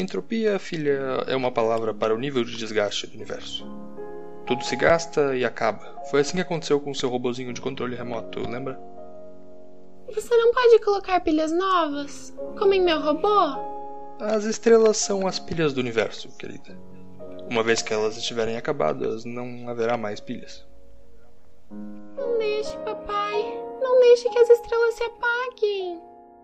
Entropia, filha, é uma palavra para o nível de desgaste do universo. Tudo se gasta e acaba. Foi assim que aconteceu com o seu robozinho de controle remoto, lembra? Você não pode colocar pilhas novas, como em meu robô? As estrelas são as pilhas do universo, querida. Uma vez que elas estiverem acabadas, não haverá mais pilhas. Não deixe, papai. Não deixe que as estrelas se apaguem.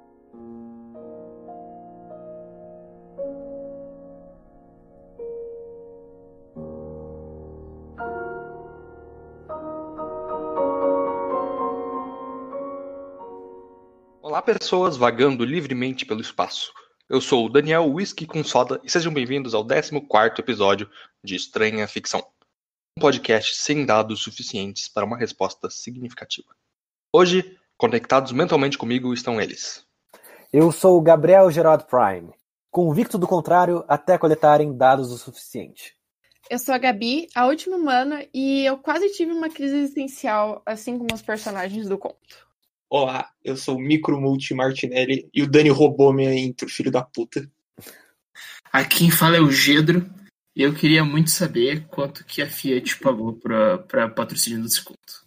Olá, pessoas vagando livremente pelo espaço. Eu sou o Daniel Whisky com Soda e sejam bem-vindos ao 14º episódio de Estranha Ficção. Um podcast sem dados suficientes para uma resposta significativa. Hoje, conectados mentalmente comigo estão eles. Eu sou o Gabriel Gerard Prime, convicto do contrário até coletarem dados o suficiente. Eu sou a Gabi, a última humana, e eu quase tive uma crise existencial, assim como os personagens do conto. Olá, eu sou o Micro Multi Martinelli e o Dani roubou minha intro, filho da puta. Aqui quem fala é o Gedro e eu queria muito saber quanto que a Fiat pagou pra patrocínio desse conto.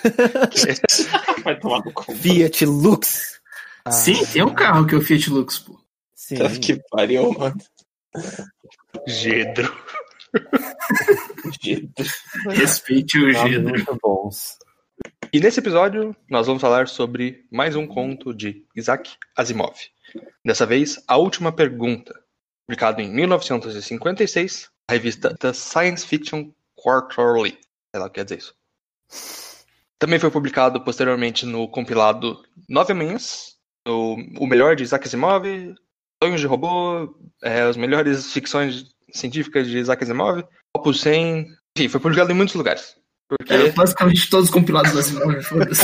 Vai tomar no cu. Fiat Lux. Sim, tem um carro que é o Fiat Lux, pô. Sim. Que pariu, mano. Gedro. Respeite o Gedro. Muito bons. E nesse episódio, nós vamos falar sobre mais um conto de Isaac Asimov. Dessa vez, A Última Pergunta, publicado em 1956, a revista The Science Fiction Quarterly. Sei lá o que quer dizer isso. Também foi publicado posteriormente no compilado 9 Manhãs, o melhor de Isaac Asimov, Sonhos de Robô, as melhores ficções científicas de Isaac Asimov, Opus 100, enfim, foi publicado em muitos lugares. Porque... basicamente todos os compilados da Asimov, foda-se.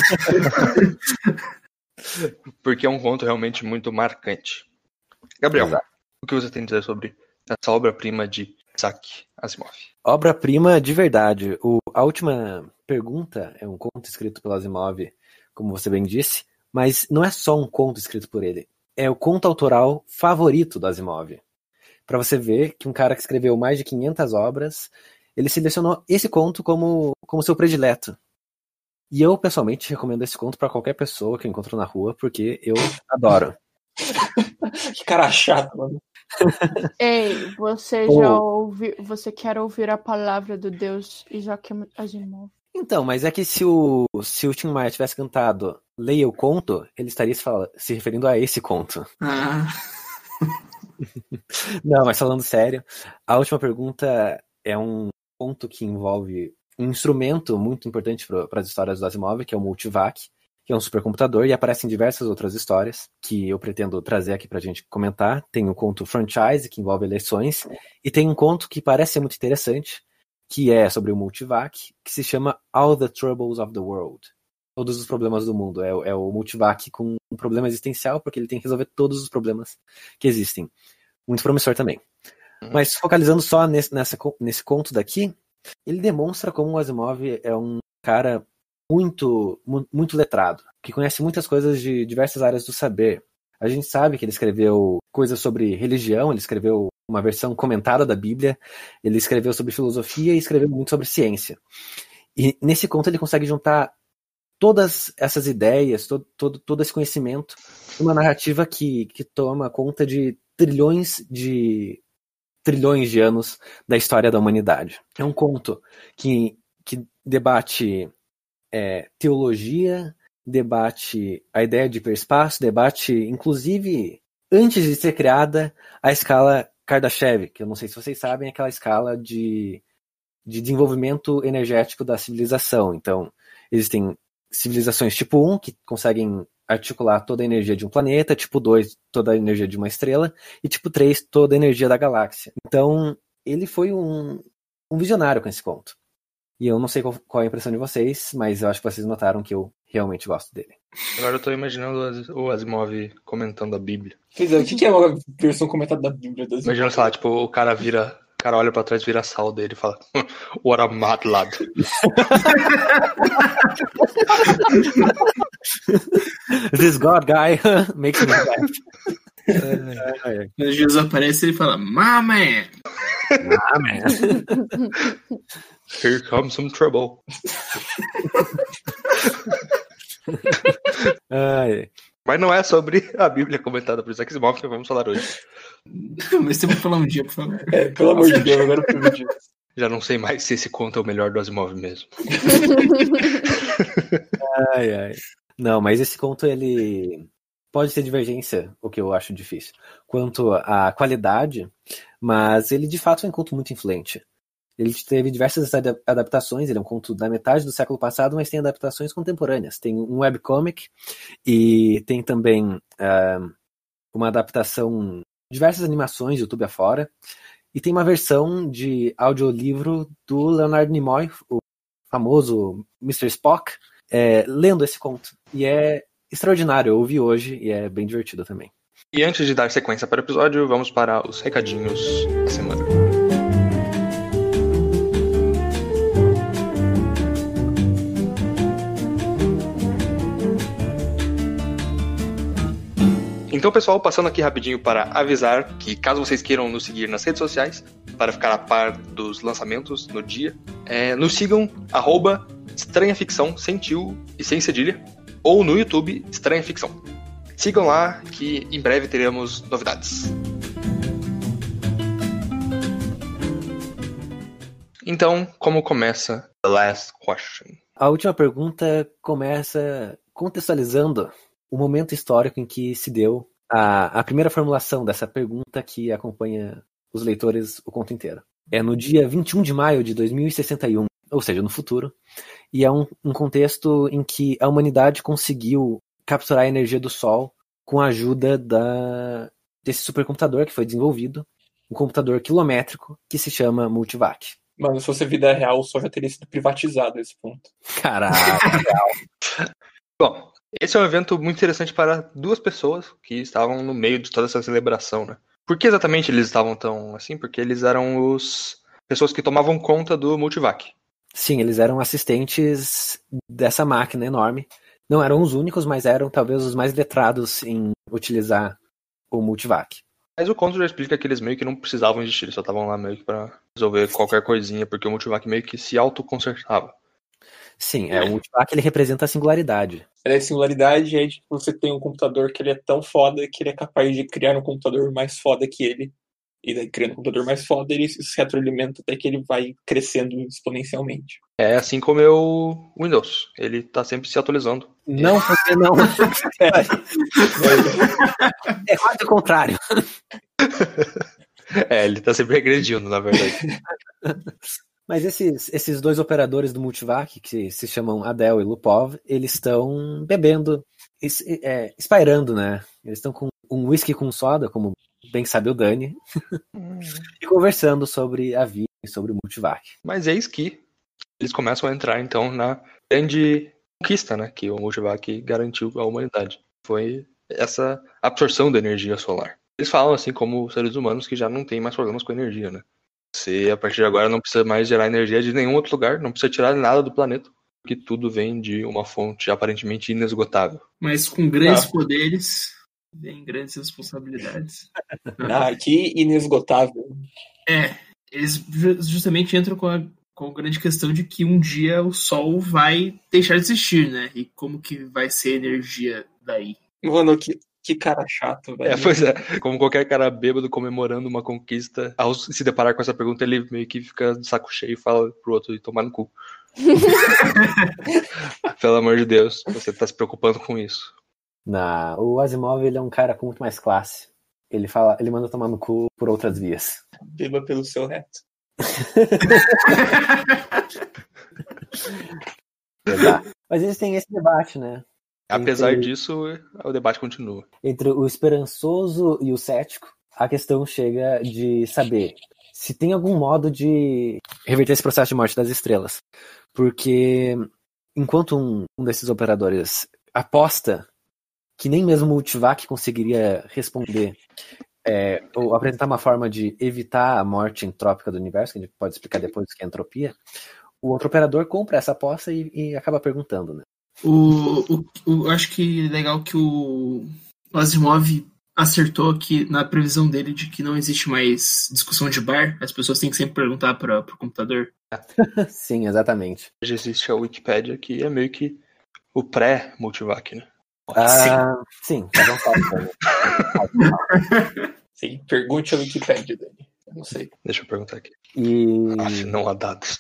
Porque é um conto realmente muito marcante. Gabriel, Exato. O que você tem a dizer sobre essa obra-prima de Isaac Asimov? Obra-prima de verdade. A Última Pergunta é um conto escrito pelo Asimov, como você bem disse, mas não é só um conto escrito por ele. É o conto autoral favorito do Asimov. Para você ver que um cara que escreveu mais de 500 obras, ele selecionou esse conto como seu predileto. E eu, pessoalmente, recomendo esse conto para qualquer pessoa que eu encontro na rua, porque eu adoro. Que cara chato, mano. Ei, você quer ouvir a palavra do Deus Isaac Asimov? Então, mas é que se o Tim Maia tivesse cantado Leia o Conto, ele estaria se referindo a esse conto. Não, mas falando sério, A Última Pergunta é um conto que envolve um instrumento muito importante para as histórias do Asimov, que é o Multivac, que é um supercomputador, e aparecem diversas outras histórias que eu pretendo trazer aqui pra gente comentar. Tem o conto Franchise, que envolve eleições, e tem um conto que parece ser muito interessante, que é sobre o Multivac, que se chama All the Troubles of the World. Todos os problemas do mundo. É o Multivac com um problema existencial, porque ele tem que resolver todos os problemas que existem. Muito promissor também. Mas focalizando só nesse conto daqui, ele demonstra como o Asimov é um cara muito, muito letrado, que conhece muitas coisas de diversas áreas do saber. A gente sabe que ele escreveu coisas sobre religião, ele escreveu uma versão comentada da Bíblia, ele escreveu sobre filosofia e escreveu muito sobre ciência. E nesse conto ele consegue juntar todas essas ideias, todo esse conhecimento, numa narrativa que toma conta de trilhões de anos da história da humanidade. É um conto que debate teologia, debate a ideia de hiperespaço, debate, inclusive, antes de ser criada, a escala Kardashev, que eu não sei se vocês sabem, é aquela escala de desenvolvimento energético da civilização. Então, existem civilizações tipo 1, que conseguem articular toda a energia de um planeta, tipo 2, toda a energia de uma estrela, e tipo 3, toda a energia da galáxia. Então, ele foi um visionário com esse conto. E eu não sei qual é a impressão de vocês, mas eu acho que vocês notaram que eu realmente gosto dele. Agora eu tô imaginando o Asimov comentando a Bíblia. Pois é, o que é uma versão comentada da Bíblia das Imagina, sei lá, tipo, o cara olha pra trás, vira a sal dele e fala What a mad lad. This God guy makes me laugh. Quando Jesus aparece, ele fala, Maman! Here comes some trouble. Mas não é sobre a Bíblia comentada por Isaac Asimov que vamos falar hoje. Mas temos que falar um dia, por favor. Pelo amor de Deus, agora eu perdi. Já não sei mais se esse conto é o melhor do Asimov mesmo. Não, mas esse conto, ele pode ter divergência, o que eu acho difícil, quanto à qualidade, mas ele de fato é um conto muito influente. Ele teve diversas adaptações, ele é um conto da metade do século passado, mas tem adaptações contemporâneas. Tem um webcomic e tem também uma adaptação, diversas animações, YouTube afora, e tem uma versão de audiolivro do Leonard Nimoy, o famoso Mr. Spock, lendo esse conto. E é extraordinário, eu ouvi hoje e é bem divertido também. E antes de dar sequência para o episódio, vamos para os recadinhos da semana. Então, pessoal, passando aqui rapidinho para avisar que caso vocês queiram nos seguir nas redes sociais, para ficar a par dos lançamentos no dia, nos sigam, @estranhaficção, sem tio e sem cedilha, ou no YouTube, Estranha Ficção. Sigam lá que em breve teremos novidades. Então, como começa The Last Question? A última pergunta começa contextualizando o momento histórico em que se deu a primeira formulação dessa pergunta que acompanha os leitores o conto inteiro. É no dia 21 de maio de 2061, ou seja, no futuro, e é um contexto em que a humanidade conseguiu capturar a energia do Sol com a ajuda desse supercomputador que foi desenvolvido, um computador quilométrico que se chama Multivac. Mano, se fosse vida real, o Sol já teria sido privatizado nesse ponto. Caraca! Bom, esse é um evento muito interessante para duas pessoas que estavam no meio de toda essa celebração, né? Por que exatamente eles estavam tão assim? Porque eles eram pessoas que tomavam conta do Multivac. Sim, eles eram assistentes dessa máquina enorme. Não eram os únicos, mas eram talvez os mais letrados em utilizar o Multivac. Mas o conto já explica que eles meio que não precisavam existir, eles só estavam lá meio que para resolver qualquer coisinha, porque o Multivac meio que se autoconsertava. Sim, o Multivac ele representa a singularidade. A singularidade é de que você tem um computador que ele é tão foda que ele é capaz de criar um computador mais foda que ele. E daí, criando um computador mais foda, ele se retroalimenta até que ele vai crescendo exponencialmente. É assim como é o Windows. Ele tá sempre se atualizando. Não, você não. É quase o contrário. Ele tá sempre regredindo, na verdade. Mas esses dois operadores do Multivac, que se chamam Adel e Lupov, eles estão bebendo, espairando, né? Eles estão com um whisky com soda, como bem sabe o Dani, e conversando sobre a vida e sobre o Multivac. Mas eis que eles começam a entrar, então, na grande conquista, né, que o Multivac garantiu à humanidade. Foi essa absorção da energia solar. Eles falam, assim como seres humanos, que já não tem mais problemas com energia, né? Você, a partir de agora, não precisa mais gerar energia de nenhum outro lugar, não precisa tirar nada do planeta, porque tudo vem de uma fonte aparentemente inesgotável. Mas com grandes poderes, vem grandes responsabilidades. Que inesgotável. Eles justamente entram com a grande questão de que um dia o Sol vai deixar de existir, né? E como que vai ser a energia daí? Mano, que cara chato, velho. Pois é, como qualquer cara bêbado comemorando uma conquista, ao se deparar com essa pergunta, ele meio que fica de saco cheio e fala pro outro ir tomar no cu. Pelo amor de Deus, você tá se preocupando com isso. O Asimov, ele é um cara com muito mais classe. Ele manda tomar no cu por outras vias. Beba pelo seu reto. Mas eles têm esse debate, né? Apesar disso, o debate continua. Entre o esperançoso e o cético, a questão chega de saber se tem algum modo de reverter esse processo de morte das estrelas. Porque enquanto um desses operadores aposta que nem mesmo o Multivac conseguiria responder ou apresentar uma forma de evitar a morte entrópica do universo, que a gente pode explicar depois o que é entropia, o outro operador compra essa aposta e acaba perguntando, né? Eu acho que é legal que o Asimov acertou aqui na previsão dele de que não existe mais discussão de bar, as pessoas têm que sempre perguntar pro computador. Sim, exatamente. Hoje existe a Wikipédia, que é meio que o pré-Multivac, né? Sim, tá avançado. Sim, pergunte a Wikipédia, Dani. Eu não sei. Deixa eu perguntar aqui. E... Não há dados.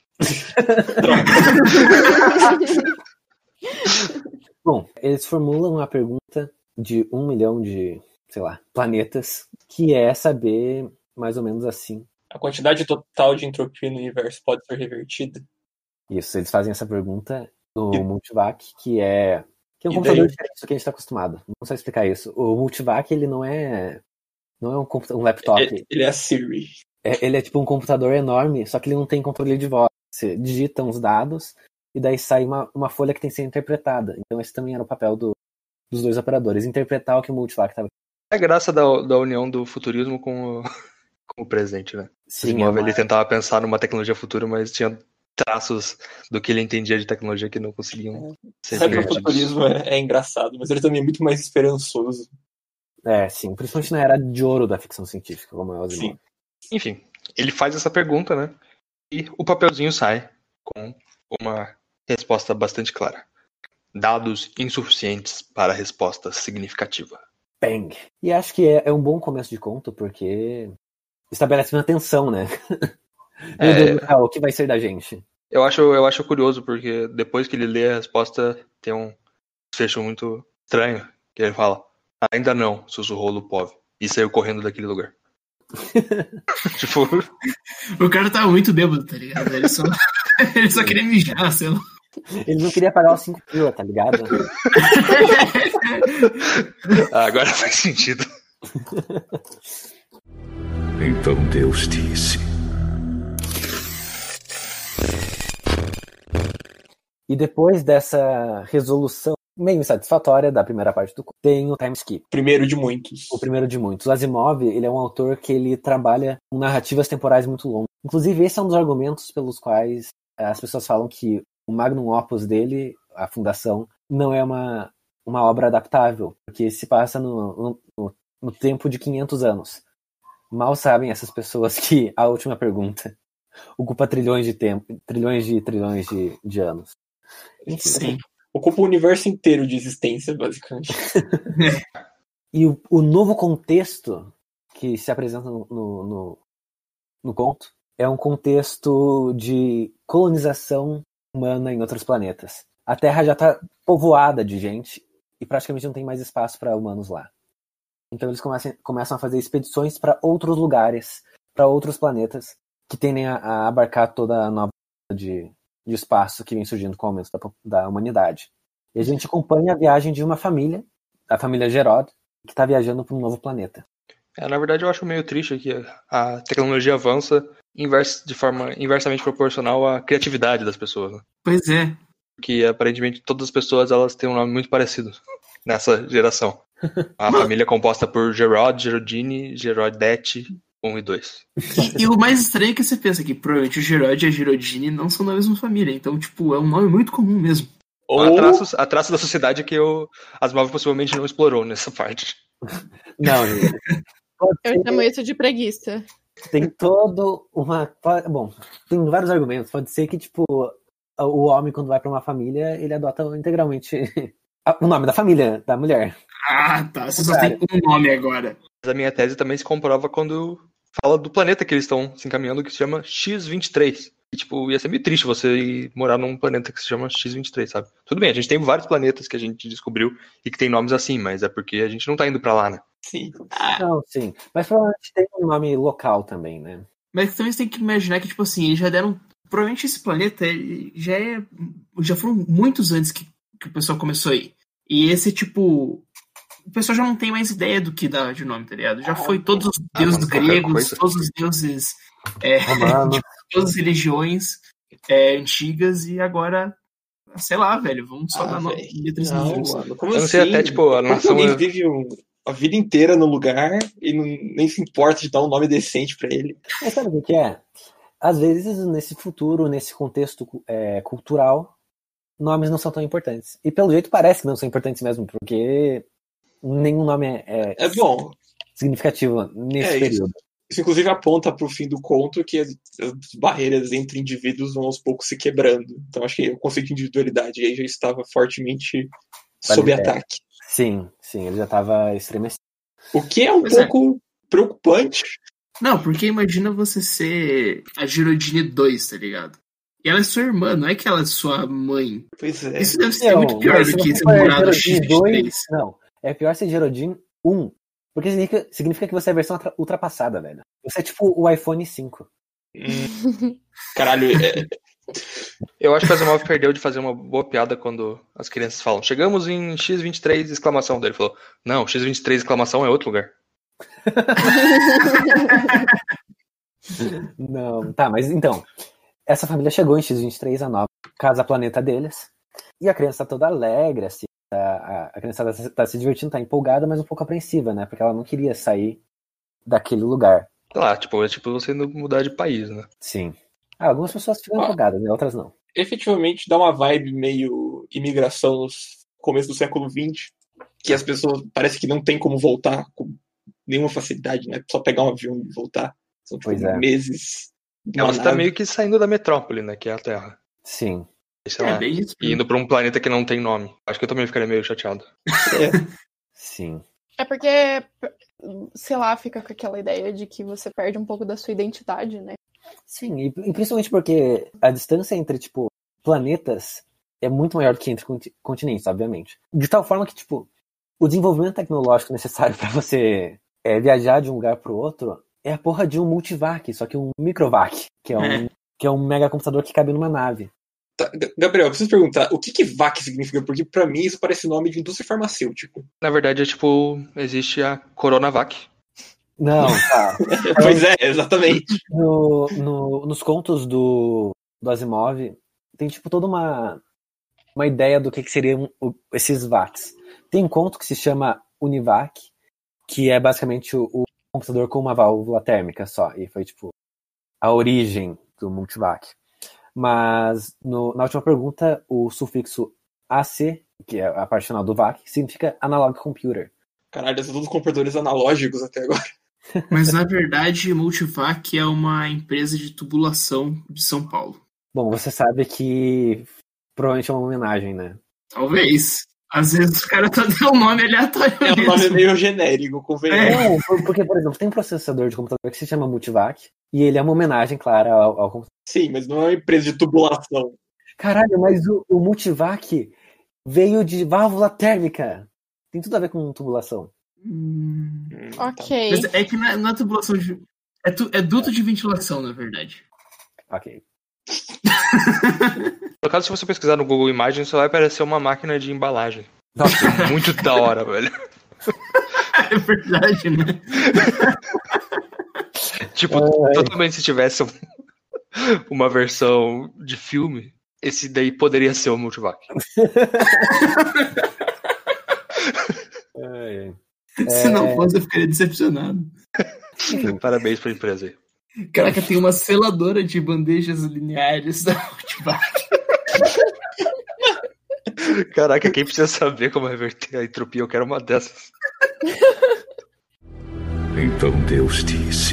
Bom, eles formulam a pergunta de 1 milhão de, sei lá, planetas, que é saber mais ou menos assim. A quantidade total de entropia no universo pode ser revertida? Isso, eles fazem essa pergunta no Multivac, que é um E computador daí? diferente do que a gente está acostumado. Não sei explicar isso. O Multivac, ele não é um laptop. Ele é a Siri. Ele é tipo um computador enorme, só que ele não tem controle de voz. Você digita uns dados e daí sai uma folha que tem que ser interpretada. Então esse também era o papel dos dois operadores, interpretar o que o Multivac estava. É a graça da união do futurismo com o presente, né? Sim, Ele tentava pensar numa tecnologia futura, mas tinha traços do que ele entendia de tecnologia que não conseguiam ser Sabe que o divertidos. futurismo é engraçado, mas ele também é muito mais esperançoso. Sim, principalmente na era de ouro da ficção científica, como é o Asimov. Sim. Enfim, ele faz essa pergunta, né? E o papelzinho sai com uma resposta bastante clara. Dados insuficientes para a resposta significativa. Bang! E acho que é um bom começo de conto, porque estabelece uma tensão, né? Meu Deus do céu, o que vai ser da gente? Eu acho curioso, porque depois que ele lê a resposta, tem um desfecho muito estranho, que ele fala, ainda não, sussurrou Lupov, e saiu correndo daquele lugar. Tipo, O cara tava muito bêbado, tá ligado? Ele só queria mijar, sei lá. Ele não queria pagar os 5 pila, tá ligado? agora faz sentido. Então Deus disse. E depois dessa resolução meio insatisfatória da primeira parte do conto, tem o time skip. Primeiro de muitos. O primeiro de muitos. O Asimov, ele é um autor que ele trabalha com narrativas temporais muito longas. Inclusive, esse é um dos argumentos pelos quais as pessoas falam que o magnum opus dele, a Fundação, não é uma obra adaptável, porque se passa no tempo de 500 anos. Mal sabem essas pessoas que a última pergunta ocupa trilhões de anos. Enfim. Sim. Ocupa o universo inteiro de existência, basicamente. E o novo contexto que se apresenta no conto é um contexto de colonização humana em outros planetas. A Terra já está povoada de gente e praticamente não tem mais espaço para humanos lá. Então eles começam a fazer expedições para outros lugares, para outros planetas, que tendem a abarcar toda a nova de espaço que vem surgindo com o aumento da humanidade. E a gente acompanha a viagem de uma família, a família Gerod, que está viajando para um novo planeta. Na verdade, eu acho meio triste que a tecnologia avança de forma inversamente proporcional à criatividade das pessoas. Né? Pois é. Porque aparentemente todas as pessoas elas têm um nome muito parecido nessa geração. A família é composta por Gerod, Gerodine, Gerodette 1 e 2. E o mais estranho é que você pensa que provavelmente o Gerod e a Gerodine não são da mesma família. Então, tipo, é um nome muito comum mesmo. Há traços da sociedade que Asimov possivelmente não explorou nessa parte. Não, gente. Eu chamo isso de preguiça. Tem todo uma... Bom, tem vários argumentos. Pode ser que, tipo, o homem, quando vai pra uma família, ele adota integralmente o nome da família, da mulher. Ah, tá. Você só tem um nome agora. Mas a minha tese também se comprova quando fala do planeta que eles estão se encaminhando, que se chama X-23. E, tipo, ia ser meio triste você ir morar num planeta que se chama X-23, sabe? Tudo bem, a gente tem vários planetas que a gente descobriu e que tem nomes assim, mas é porque a gente não tá indo pra lá, né? Sim. Não, sim. Mas provavelmente tem um nome local também, né? Mas também você tem que imaginar que, tipo assim, eles já deram... Provavelmente esse planeta já foram muitos antes que o pessoal começou a ir. E esse, tipo... O pessoal já não tem mais ideia do que dá de nome, tá ligado? Já foi todos os deuses gregos, todos os deuses... todas as religiões antigas e agora... Sei lá, velho. Vamos só dar letras não, novas. mano. Como eu não assim? sei até, tipo, a nação... Alguém vive a vida inteira no lugar e nem se importa de dar um nome decente pra ele. Mas sabe o que é? Às vezes, nesse futuro, nesse contexto cultural, nomes não são tão importantes. E pelo jeito parece que não são importantes mesmo, porque nenhum nome É bom. significativo nesse período. Isso, inclusive, aponta para o fim do conto que as barreiras entre indivíduos vão aos poucos se quebrando. Então, acho que o conceito de individualidade aí já estava fortemente sob ataque. Sim, ele já estava estremecido. O que é um pouco preocupante. Não, porque imagina você ser a Girodine 2, tá ligado? E ela é sua irmã, não é que ela é sua mãe. Pois é. Isso deve ser muito pior do que ser namorado X23. Não, é pior ser Girodine 1. Porque significa que você é a versão ultrapassada, velho. Você é tipo o iPhone 5. Caralho, Eu acho que o Asimov perdeu de fazer uma boa piada quando as crianças falam: chegamos em X23, exclamação. Daí ele falou: não, X23, exclamação é outro lugar. Não, tá, mas então, essa família chegou em X23, a nova casa planeta deles, e a criança tá toda alegre, assim, a criança tá se divertindo, tá empolgada, mas um pouco apreensiva, né, porque ela não queria sair daquele lugar. Sei lá, é tipo você indo mudar de país, né? Sim. Algumas pessoas ficam empolgadas, né, outras não. Efetivamente dá uma vibe meio imigração no começo do século XX, que as pessoas parece que não tem como voltar com nenhuma facilidade, né? Só pegar um avião e voltar. São tipo meses. Você tá meio que saindo da metrópole, né? Que é a Terra. Sim. Sei lá, bem isso. E indo pra um planeta que não tem nome. Acho que eu também ficaria meio chateado. Sim. É porque, sei lá, fica com aquela ideia de que você perde um pouco da sua identidade, né? Sim, e principalmente porque a distância entre, tipo, planetas é muito maior do que entre continentes, obviamente. De tal forma que, tipo, o desenvolvimento tecnológico necessário pra você viajar de um lugar pro outro é a porra de um multivac, só que um microvac, que é um mega computador que cabe numa nave. Tá, Gabriel, eu preciso perguntar, o que VAC significa? Porque pra mim isso parece nome de indústria farmacêutica. Na verdade, é tipo, existe a Coronavac. Não, tá. Pois é, exatamente. Nos contos do Asimov, tem tipo toda uma ideia do que seriam esses VACs. Tem um conto que se chama Univac, que é basicamente o computador com uma válvula térmica só. E foi tipo a origem do multivac. Mas na última pergunta, o sufixo AC, que é a parte final do VAC, significa Analog Computer. Caralho, são todos computadores analógicos até agora. Mas na verdade, Multivac é uma empresa de tubulação de São Paulo. Bom, você sabe que provavelmente é uma homenagem, né? Talvez. Às vezes o cara dando um nome aleatório. É um nome meio genérico, convenhamos. Não, porque, por exemplo, tem um processador de computador que se chama Multivac, e ele é uma homenagem, claro, ao computador. Sim, mas não é uma empresa de tubulação. Caralho, mas o Multivac veio de válvula térmica. Tem tudo a ver com tubulação. Ok. Mas é que não é tubulação de... É duto de ventilação, na verdade. Ok. No caso, se você pesquisar no Google Imagens, só vai aparecer uma máquina de embalagem. Nossa. É muito da hora, velho. É verdade, né? Tipo, totalmente se tivesse uma versão de filme, esse daí poderia ser o Multivac. Se não fosse, eu ficaria decepcionado. Parabéns pra empresa aí. Caraca, tem uma seladora de bandejas lineares da Multivac. Caraca, quem precisa saber como reverter a entropia? Eu quero uma dessas. Então Deus disse.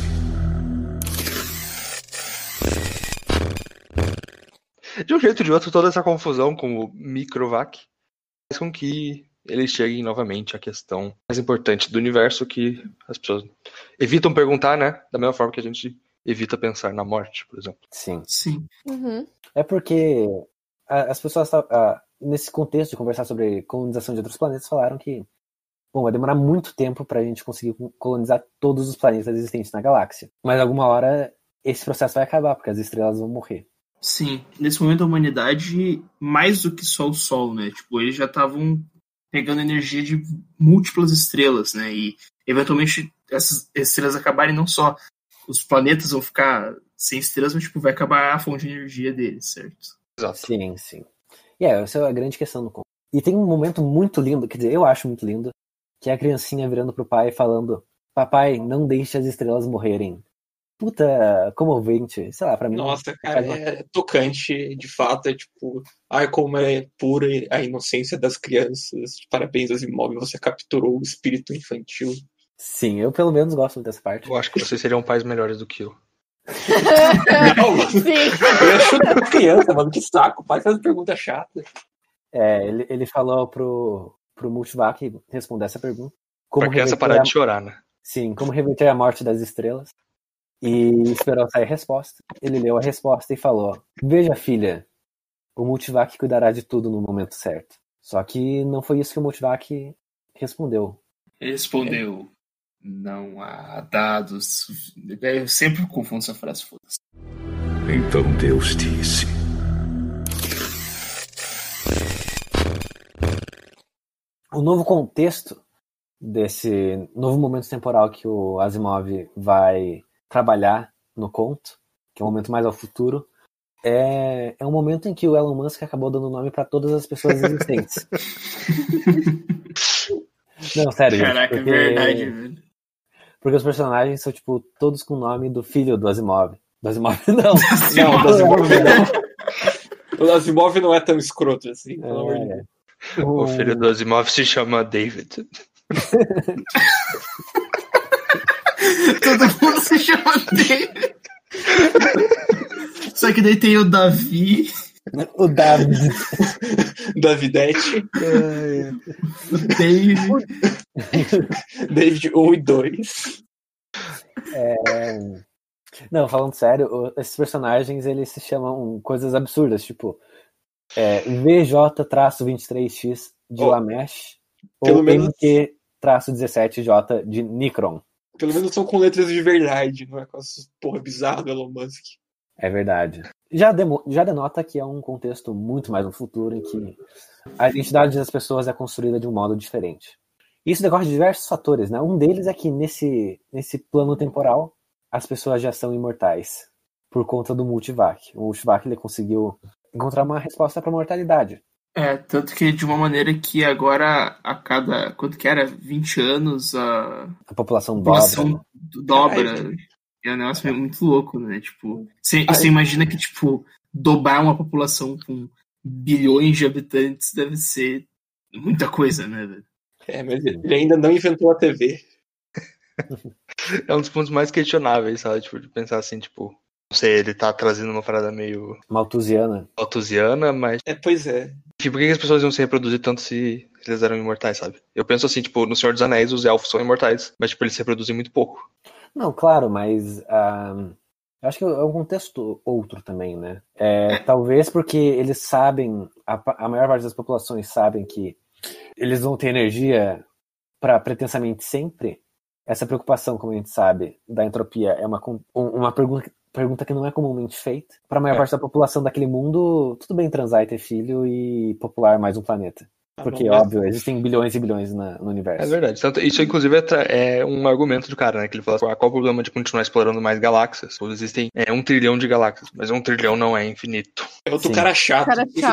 De um jeito ou de outro, toda essa confusão com o microvac faz com que eles cheguem novamente à questão mais importante do universo, que as pessoas evitam perguntar, né? Da mesma forma que a gente evita pensar na morte, por exemplo. Sim. Uhum. É porque as pessoas, nesse contexto de conversar sobre colonização de outros planetas, falaram que, bom, vai demorar muito tempo pra gente conseguir colonizar todos os planetas existentes na galáxia. Mas alguma hora esse processo vai acabar, porque as estrelas vão morrer. Sim, nesse momento a humanidade, mais do que só o Sol, né? Tipo, eles já estavam pegando energia de múltiplas estrelas, né? E eventualmente essas estrelas acabarem, não só os planetas vão ficar sem estrelas, mas tipo, vai acabar a fonte de energia deles, certo? Exato. Sim. E essa é a grande questão do conto. E tem um momento muito lindo, quer dizer, eu acho muito lindo, que é a criancinha virando pro pai e falando: papai, não deixe as estrelas morrerem. puta comovente. Sei lá, pra mim. Nossa, cara, é tocante, de fato, é tipo, ai, como é pura a inocência das crianças. Parabéns, Asimov, você capturou o espírito infantil. Sim, eu pelo menos gosto dessa parte. Eu acho que vocês seriam pais melhores do que eu. Não, mano. Sim. Eu ia chutar a criança, mano, que saco, o pai faz pergunta chata. Ele falou pro Multivac responder essa pergunta. Pra criança parar de chorar, né? Sim, como reverter a morte das estrelas. E esperou sair a resposta. Ele leu a resposta e falou: veja, filha, o Multivac cuidará de tudo no momento certo. Só que não foi isso que o Multivac respondeu. Respondeu: não há dados. Eu sempre confundo essa frase, foda-se. Então Deus disse. O novo contexto desse novo momento temporal que o Asimov vai trabalhar no conto, que é um momento mais ao futuro, é um momento em que o Elon Musk acabou dando nome para todas as pessoas existentes. Não, sério, gente. Caraca, é verdade, velho. Porque os personagens são, tipo, todos com o nome do filho do Asimov. Do Asimov, não. Não, do Asimov não. O Asimov não é tão escroto assim, pelo amor de Deus. O filho do Asimov se chama David. Todo mundo se chama David. Só que daí tem o Davi. O David. Davidete. O David. David 1 e 2. Não, falando sério, esses personagens, eles se chamam coisas absurdas, tipo VJ-23X de Lamesh ou MQ-17J de Nikron. Pelo menos são com letras de verdade, não é com essas porra bizarra do Elon Musk. É verdade. Já denota que é um contexto muito mais no futuro, em que a identidade das pessoas é construída de um modo diferente. Isso decorre de diversos fatores, né? Um deles é que nesse plano temporal, as pessoas já são imortais, por conta do Multivac. O Multivac, ele conseguiu encontrar uma resposta para a mortalidade. Tanto que de uma maneira que agora, a cada, quanto que era? 20 anos, a população dobra. É um negócio muito louco, né? Tipo, você imagina que, tipo, dobrar uma população com bilhões de habitantes deve ser muita coisa, né, velho? Mas ele ainda não inventou a TV. É um dos pontos mais questionáveis, sabe? Tipo, de pensar assim, tipo, não sei, ele tá trazendo uma parada meio malthusiana, mas... Pois é. Tipo, por que as pessoas iam se reproduzir tanto se eles eram imortais, sabe? Eu penso assim, tipo, no Senhor dos Anéis os elfos são imortais, mas, tipo, eles se reproduzem muito pouco. Não, claro, mas eu acho que é um contexto outro também, né? Talvez porque eles sabem, a maior parte das populações sabem que eles vão ter energia para pretensamente sempre. Essa preocupação, como a gente sabe, da entropia é uma pergunta que não é comumente feita. Para a maior parte da população daquele mundo, tudo bem transar e ter filho e popular mais um planeta. Porque, óbvio, existem bilhões e bilhões no universo. É verdade. Isso, inclusive, é um argumento do cara, né? Que ele fala, qual o problema de continuar explorando mais galáxias? Existem 1 trilhão de galáxias, mas 1 trilhão não é infinito. É outro cara chato.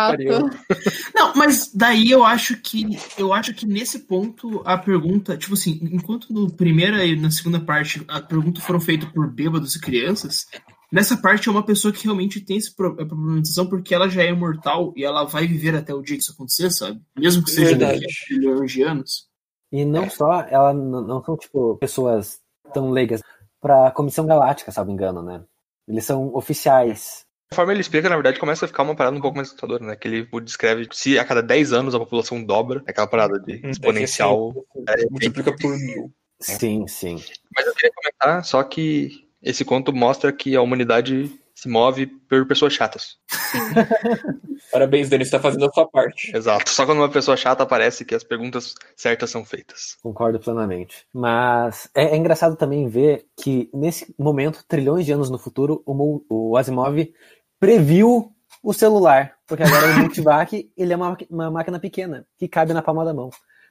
Não, mas daí eu acho que nesse ponto a pergunta, tipo assim, enquanto no primeira e na segunda parte a pergunta foram feitas por bêbados e crianças, nessa parte é uma pessoa que realmente tem essa problematização porque ela já é imortal e ela vai viver até o dia que isso acontecer, sabe? Mesmo que seja daqui a milhões de anos. E não só, ela não são, tipo, pessoas tão leigas pra Comissão Galáctica, salvo engano, né? Eles são oficiais. A forma ele explica, na verdade, começa a ficar uma parada um pouco mais assustadora, né? Que ele descreve se a cada 10 anos a população dobra, aquela parada de exponencial. Multiplica por 1000. Sim, sim. Mas eu queria comentar só que esse conto mostra que a humanidade se move por pessoas chatas. Parabéns, Denis, você tá fazendo a sua parte. Exato. Só quando uma pessoa chata aparece que as perguntas certas são feitas. Concordo plenamente. Mas é engraçado também ver que, nesse momento, trilhões de anos no futuro, o Asimov previu o celular. Porque agora o Multivac, ele é uma máquina pequena, que cabe na palma da mão.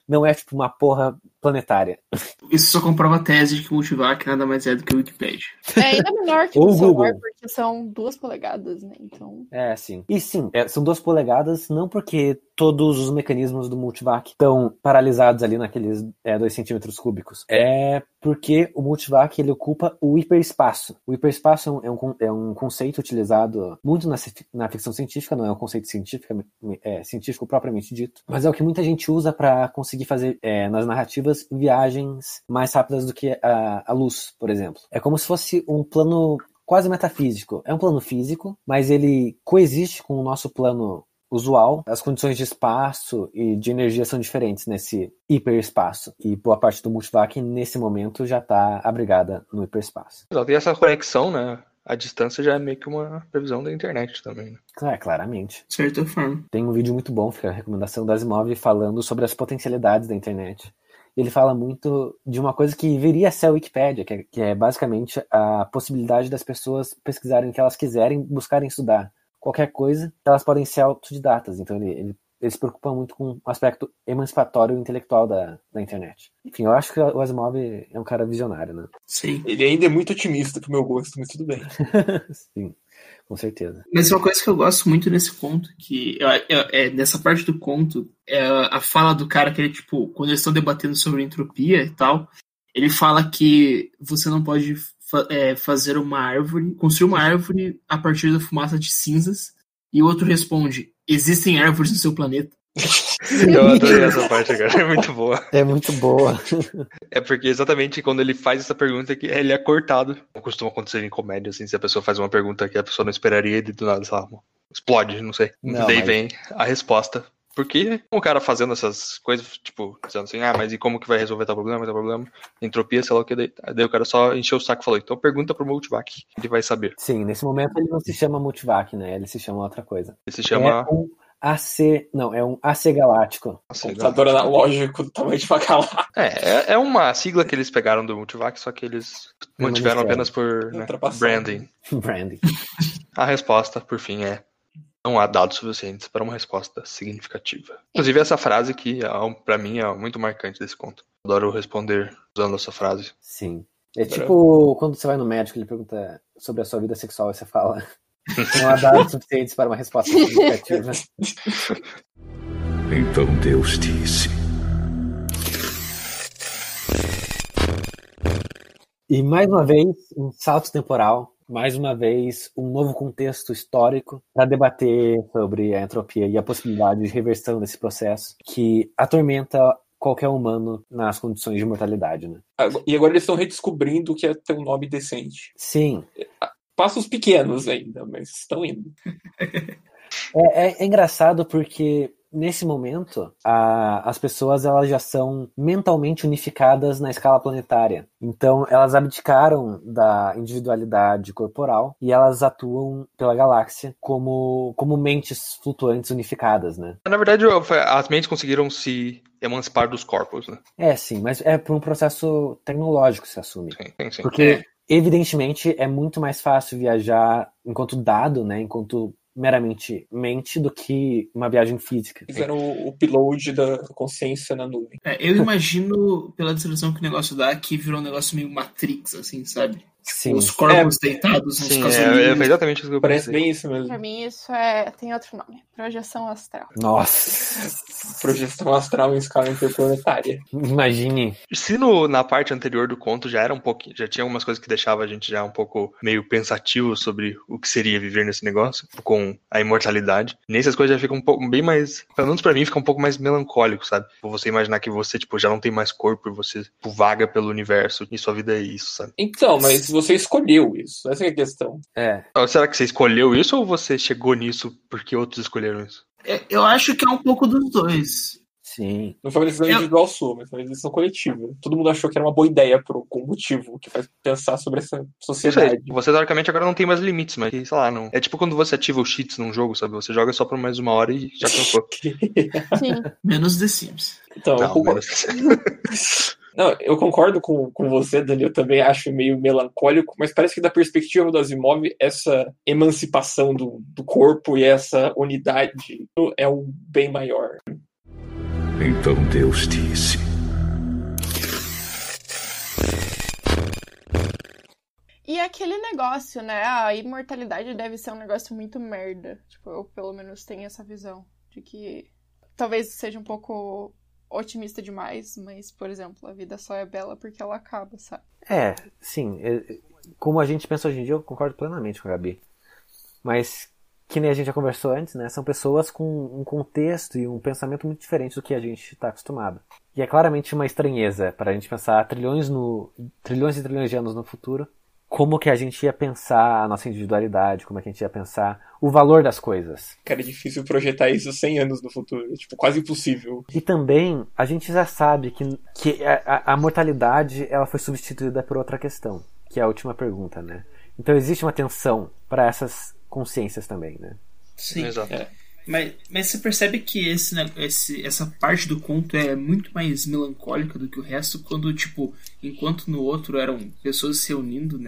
não é tipo uma planetária. Isso só comprova a tese de que o Multivac nada mais é do que o Wikipedia. É ainda menor que Ou o celular, Google. porque são 2 polegadas, né? Então. Sim. E sim, são 2 polegadas, não porque todos os mecanismos do Multivac estão paralisados ali naqueles 2 centímetros cúbicos. É porque o Multivac ele ocupa o hiperespaço. O hiperespaço é um conceito utilizado muito na ficção científica, não é um conceito científico propriamente dito, mas é o que muita gente usa para conseguir fazer nas narrativas viagens mais rápidas do que a luz, por exemplo. É como se fosse um plano quase metafísico. É um plano físico, mas ele coexiste com o nosso plano usual. As condições de espaço e de energia são diferentes nesse hiperespaço. E boa parte do Multivac, nesse momento, já está abrigada no hiperespaço. E essa conexão, né? A distância já é meio que uma previsão da internet também, né? Claramente. De certa forma. Tem um vídeo muito bom, fica a recomendação do Asimov, falando sobre as potencialidades da internet. Ele fala muito de uma coisa que viria a ser a Wikipédia, que é basicamente a possibilidade das pessoas pesquisarem o que elas quiserem, buscarem estudar qualquer coisa, elas podem ser autodidatas. Então ele se preocupa muito com o aspecto emancipatório e intelectual da internet. Enfim, eu acho que o Asimov é um cara visionário, né? Sim. Ele ainda é muito otimista pro meu gosto, mas tudo bem. Sim, com certeza. Mas uma coisa que eu gosto muito nesse conto, que nessa parte do conto, é a fala do cara que ele, tipo, quando eles estão debatendo sobre entropia e tal, ele fala que você não pode fazer uma árvore, construir uma árvore a partir da fumaça de cinzas, e o outro responde, existem árvores no seu planeta. Eu adorei essa parte, cara. É muito boa. É muito boa. É porque exatamente quando ele faz essa pergunta que ele é cortado. Não costuma acontecer em comédia, assim, se a pessoa faz uma pergunta que a pessoa não esperaria, ele do nada, sei lá, explode, não sei. Não, Daí mas- vem a resposta. Porque o cara fazendo essas coisas, tipo, dizendo assim, mas e como que vai resolver tal problema? Entropia, sei lá o que. Daí o cara só encheu o saco e falou, então pergunta pro Multivac, ele vai saber. Sim, nesse momento ele não se chama Multivac, né? Ele se chama outra coisa. Ele se chama... É um AC galáctico. Computador analógico do tamanho de bacalhau. É uma sigla que eles pegaram do Multivac, só que eles mantiveram apenas por Ultrapassado. branding. Branding. A resposta, por fim, é: não há dados suficientes para uma resposta significativa. Inclusive, essa frase que, pra mim, é muito marcante desse conto. Adoro responder usando essa frase. Sim. É tipo quando você vai no médico, ele pergunta sobre a sua vida sexual e você fala não há dados suficientes para uma resposta significativa. Então Deus disse. E mais uma vez, um salto temporal, mais uma vez, um novo contexto histórico para debater sobre a entropia e a possibilidade de reversão desse processo que atormenta qualquer humano nas condições de mortalidade, né? E agora eles estão redescobrindo o que é ter um nome decente. Sim. Passos pequenos ainda, mas estão indo. É engraçado porque nesse momento as pessoas elas já são mentalmente unificadas na escala planetária. Então elas abdicaram da individualidade corporal e elas atuam pela galáxia como mentes flutuantes unificadas, né? Na verdade, as mentes conseguiram se emancipar dos corpos, né? Sim, mas é por um processo tecnológico se assume. Sim. Porque, evidentemente, é muito mais fácil viajar enquanto dado, né? Enquanto meramente mente do que uma viagem física. Fizeram o upload da consciência na nuvem. Eu imagino, pela descrição que o negócio dá, que virou um negócio meio Matrix, assim, sabe? Sim. Os corpos deitados nos Sim, casulinhos. é exatamente isso que eu Parece pensei. bem isso mesmo. Pra mim, isso tem outro nome. Projeção astral. Nossa! Projeção astral em escala interplanetária. Imagine. Se na parte anterior do conto já era um pouquinho, já tinha algumas coisas que deixava a gente já um pouco meio pensativo sobre o que seria viver nesse negócio, com a imortalidade. Nessas coisas já fica um pouco bem mais, pelo menos pra mim, fica um pouco mais melancólico, sabe? Você imaginar que você, já não tem mais corpo e você vaga pelo universo e sua vida é isso, sabe? Então, mas você escolheu isso. Essa é a questão. Ou será que você escolheu isso ou você chegou nisso porque outros escolheram isso? Eu acho que é um pouco dos dois. Sim. Não foi uma decisão individual sua, mas foi uma decisão coletiva. Todo mundo achou que era uma boa ideia por algum motivo que faz pensar sobre essa sociedade. Você, teoricamente, agora não tem mais limites, mas, sei lá, não. É tipo quando você ativa os cheats num jogo, sabe? Você joga só por mais uma hora e já cansou. Sim. Menos The Sims. Então, eu Não, concordo. Não, eu concordo com você, Dani. Eu também acho meio melancólico, mas parece que da perspectiva do Asimov, essa emancipação do corpo e essa unidade é um bem maior. Então Deus disse. E aquele negócio, né? A imortalidade deve ser um negócio muito merda. Tipo, eu pelo menos tenho essa visão de que talvez seja um pouco otimista demais, mas, por exemplo, a vida só é bela porque ela acaba, sabe? Sim. Como a gente pensa hoje em dia, eu concordo plenamente com a Gabi. Mas, que nem a gente já conversou antes, né? São pessoas com um contexto e um pensamento muito diferente do que a gente está acostumado. E é claramente uma estranheza para a gente pensar trilhões e trilhões de anos no futuro. Como que a gente ia pensar a nossa individualidade, como é que a gente ia pensar o valor das coisas. Cara, é difícil projetar isso 100 anos no futuro. É, tipo, quase impossível. E também, a gente já sabe que a mortalidade ela foi substituída por outra questão, que é a última pergunta, né? Então existe uma tensão para essas consciências também, né? Sim. Exato. Mas você percebe que essa parte do conto é muito mais melancólica do que o resto, quando, tipo, enquanto no outro eram pessoas se reunindo,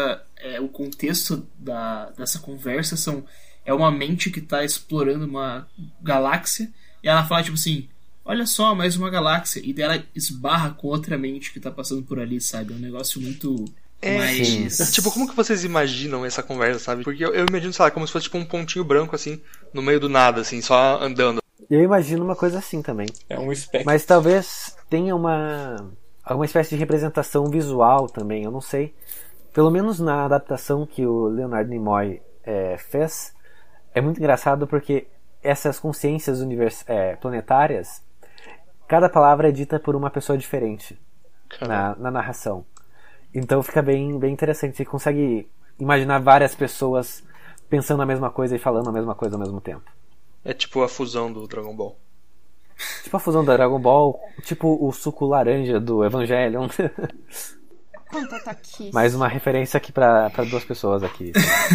o contexto dessa conversa é uma mente que está explorando uma galáxia, e ela fala, tipo assim, olha só, mais uma galáxia, e dela esbarra com outra mente que está passando por ali, sabe? É um negócio muito... Mas... Tipo, como que vocês imaginam essa conversa, sabe? Porque eu imagino, sei lá, como se fosse tipo um pontinho branco, assim, no meio do nada, assim, só andando. Eu imagino uma coisa assim também. É um espectro. Mas talvez tenha alguma espécie de representação visual também, eu não sei. Pelo menos na adaptação que o Leonard Nimoy fez, é muito engraçado porque essas consciências planetárias, cada palavra é dita por uma pessoa diferente na narração. Então fica bem, bem interessante. Você consegue imaginar várias pessoas pensando a mesma coisa e falando a mesma coisa ao mesmo tempo. É tipo a fusão do Dragon Ball. Tipo a fusão do Dragon Ball, tipo o suco laranja do Evangelion. Mais uma referência aqui pra duas pessoas aqui.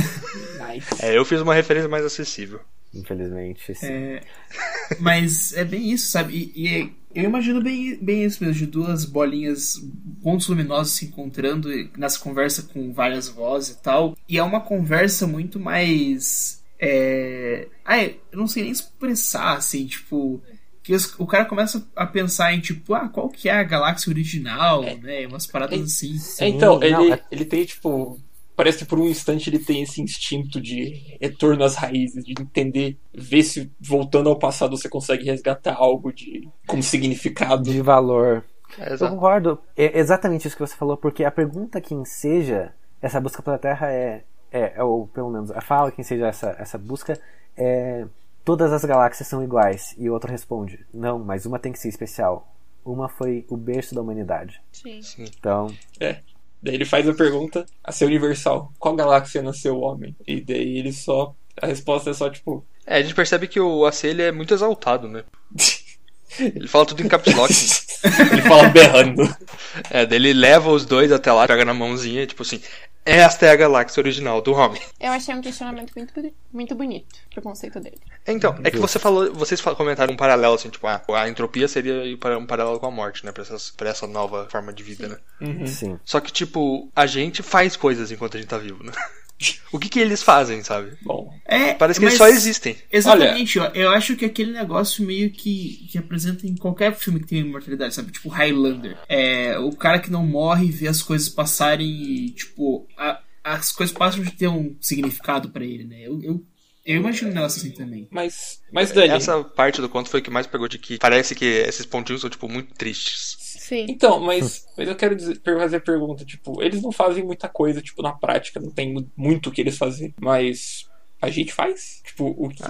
Eu fiz uma referência mais acessível. Infelizmente, sim. Mas é bem isso, sabe? E eu imagino bem isso mesmo, de duas bolinhas, pontos luminosos se encontrando nessa conversa com várias vozes e tal. E é uma conversa muito mais... eu não sei nem expressar, assim, tipo... Que o cara começa a pensar em, tipo, qual que é a galáxia original, né? Umas paradas assim. Então, ele tem, tipo... Parece que por um instante ele tem esse instinto de retorno às raízes, de entender, ver se voltando ao passado você consegue resgatar algo como significado. De valor. Exato. Eu concordo. É exatamente isso que você falou, porque a pergunta que enseja essa busca pela Terra ou pelo menos a fala que enseja essa busca é: todas as galáxias são iguais. E o outro responde: não, mas uma tem que ser especial. Uma foi o berço da humanidade. Sim. Então... Daí ele faz a pergunta a ser universal: qual galáxia nasceu o homem? E daí a resposta é só tipo... A gente percebe que o AC ele é muito exaltado, né? Ele fala tudo em caps lock. Ele fala berrando. Daí ele leva os dois até lá, pega na mãozinha, tipo assim: esta é a galáxia original do homem. Eu achei um questionamento muito bonito pro conceito dele. Então, é que vocês comentaram um paralelo, assim, tipo, a entropia seria um paralelo com a morte, né? Pra essa nova forma de vida, né? Uhum. Sim. Só que, tipo, a gente faz coisas enquanto a gente tá vivo, né? O que eles fazem, sabe? Bom, parece que eles só existem. Exatamente, eu acho que aquele negócio meio que apresenta em qualquer filme que tem imortalidade, sabe? Tipo Highlander. O cara que não morre vê as coisas passarem e, tipo, as coisas passam de ter um significado pra ele, né? Eu imagino um negócio assim também. Mas Dani... Essa parte do conto foi o que mais pegou, de que parece que esses pontinhos são, tipo, muito tristes. Sim. Então, mas eu quero fazer a pergunta, tipo, eles não fazem muita coisa, tipo, na prática, não tem muito o que eles fazem, mas a gente faz? Tipo,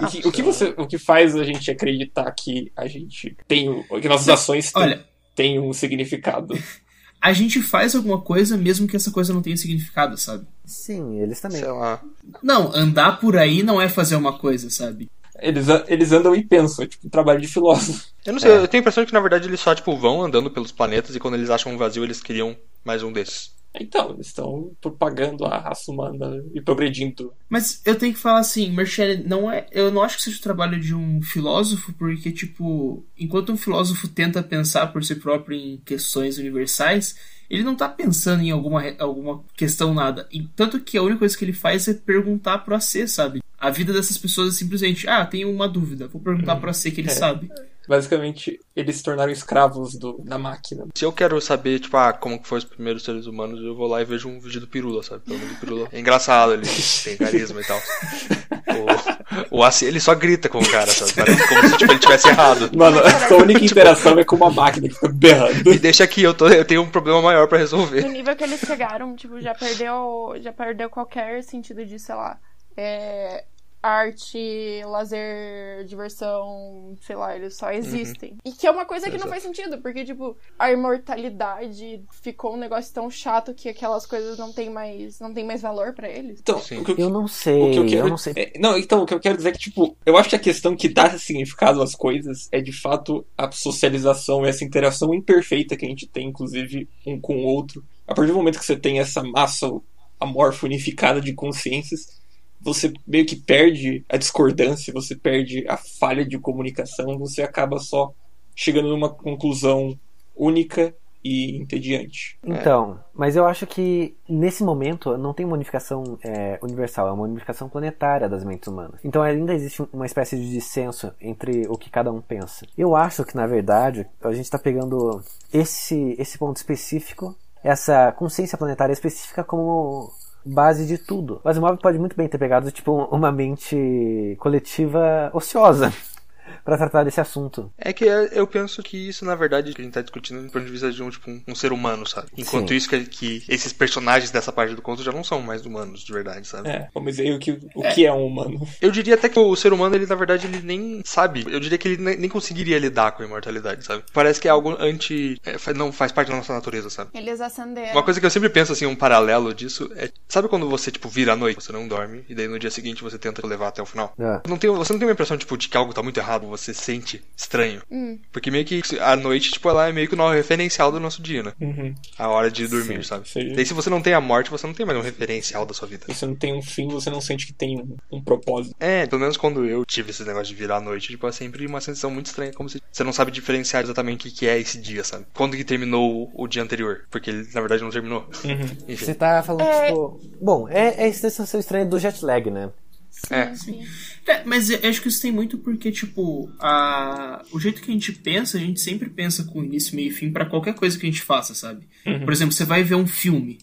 o que faz a gente acreditar que a gente tem, que nossas ações têm um significado? A gente faz alguma coisa mesmo que essa coisa não tenha significado, sabe? Sim, eles também. Sei lá. Não, andar por aí não é fazer uma coisa, sabe? Eles andam e pensam, é tipo um trabalho de filósofo. Eu não sei, eu tenho a impressão que na verdade eles só, tipo, vão andando pelos planetas e quando eles acham um vazio eles criam mais um desses. Então, eles estão propagando a raça humana e progredindo. Mas eu tenho que falar assim, Merchelle, eu não acho que seja o trabalho de um filósofo, porque, tipo, enquanto um filósofo tenta pensar por si próprio em questões universais, ele não tá pensando em alguma questão, nada. E tanto que a única coisa que ele faz é perguntar pro AC, sabe? A vida dessas pessoas é simplesmente, tenho uma dúvida, vou perguntar pro AC que ele sabe. Basicamente, eles se tornaram escravos da máquina. Se eu quero saber, tipo, como que foi os primeiros seres humanos, eu vou lá e vejo um vídeo do Pirula, sabe? Pelo menos o Pirula é engraçado, ele tem carisma e tal. O AC, ele só grita com o cara, sabe? Parece como se tipo, ele tivesse errado. Mano, a única interação é com uma máquina que fica berrando. Me deixa aqui, eu tenho um problema maior pra resolver. No nível que eles chegaram, tipo, já perdeu qualquer sentido de, sei lá, arte, lazer, diversão, sei lá, eles só existem. E que é uma coisa que não faz sentido, porque, tipo, a imortalidade ficou um negócio tão chato que aquelas coisas não tem mais valor pra eles. Então, eu não sei, eu não sei. Então, o que eu quero dizer é que, tipo, eu acho que a questão que dá significado às coisas é, de fato, a socialização, essa interação imperfeita que a gente tem, inclusive, um com o outro. A partir do momento que você tem essa massa amorfa unificada de consciências, você meio que perde a discordância, você perde a falha de comunicação, você acaba só chegando numa conclusão única e entediante. Então, mas eu acho que nesse momento não tem uma unificação universal, é uma unificação planetária das mentes humanas. Então ainda existe uma espécie de dissenso entre o que cada um pensa. Eu acho que, na verdade, a gente está pegando esse ponto específico, essa consciência planetária específica como base de tudo. O Asimov pode muito bem ter pegado tipo uma mente coletiva ociosa pra tratar desse assunto. É que eu penso que isso, na verdade, que a gente tá discutindo do ponto de vista de um ser humano, sabe? Enquanto isso, que esses personagens dessa parte do conto já não são mais humanos, de verdade, sabe? Mas aí o que é um humano? Eu diria até que o ser humano, ele, na verdade, ele nem sabe. Eu diria que ele nem conseguiria lidar com a imortalidade, sabe? Parece que é algo não faz parte da nossa natureza, sabe? Eles acenderam. Uma coisa que eu sempre penso, assim, um paralelo disso é... Sabe quando você, tipo, vira à noite, você não dorme, e daí no dia seguinte você tenta levar até o final? Você não tem uma impressão, tipo, de que algo tá muito errado, você sente estranho. Porque meio que a noite, tipo, ela é meio que o referencial do nosso dia, né? A hora de dormir, sabe? Daí se você não tem a morte, você não tem mais um referencial da sua vida. Você não tem um fim, você não sente que tem um propósito. Pelo menos quando eu tive esse negócio de virar à noite, tipo, é sempre uma sensação muito estranha, como se você não sabe diferenciar exatamente o que é esse dia, sabe? Quando que terminou o dia anterior? Porque ele, na verdade, não terminou. Enfim. Você tá falando, tipo... Bom, é a sensação estranha do jet lag, né? Sim. Mas eu acho que isso tem muito porque, tipo, o jeito que a gente pensa, a gente sempre pensa com início, meio e fim pra qualquer coisa que a gente faça, sabe? Por exemplo, você vai ver um filme.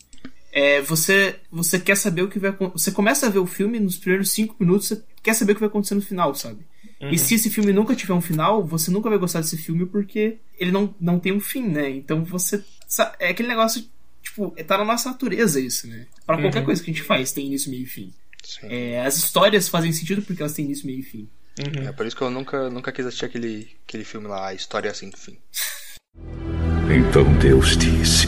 Você quer saber o que vai acontecer. Você começa a ver o filme, nos primeiros 5 minutos, você quer saber o que vai acontecer no final, sabe? E se esse filme nunca tiver um final, você nunca vai gostar desse filme porque ele não tem um fim, né? Então você... É aquele negócio, tipo, tá na nossa natureza isso, né? Pra qualquer coisa que a gente faz, tem início, meio e fim. As histórias fazem sentido porque elas têm início, meio e fim. É por isso que eu nunca quis assistir aquele filme lá, A História Assim do Fim. Então Deus disse.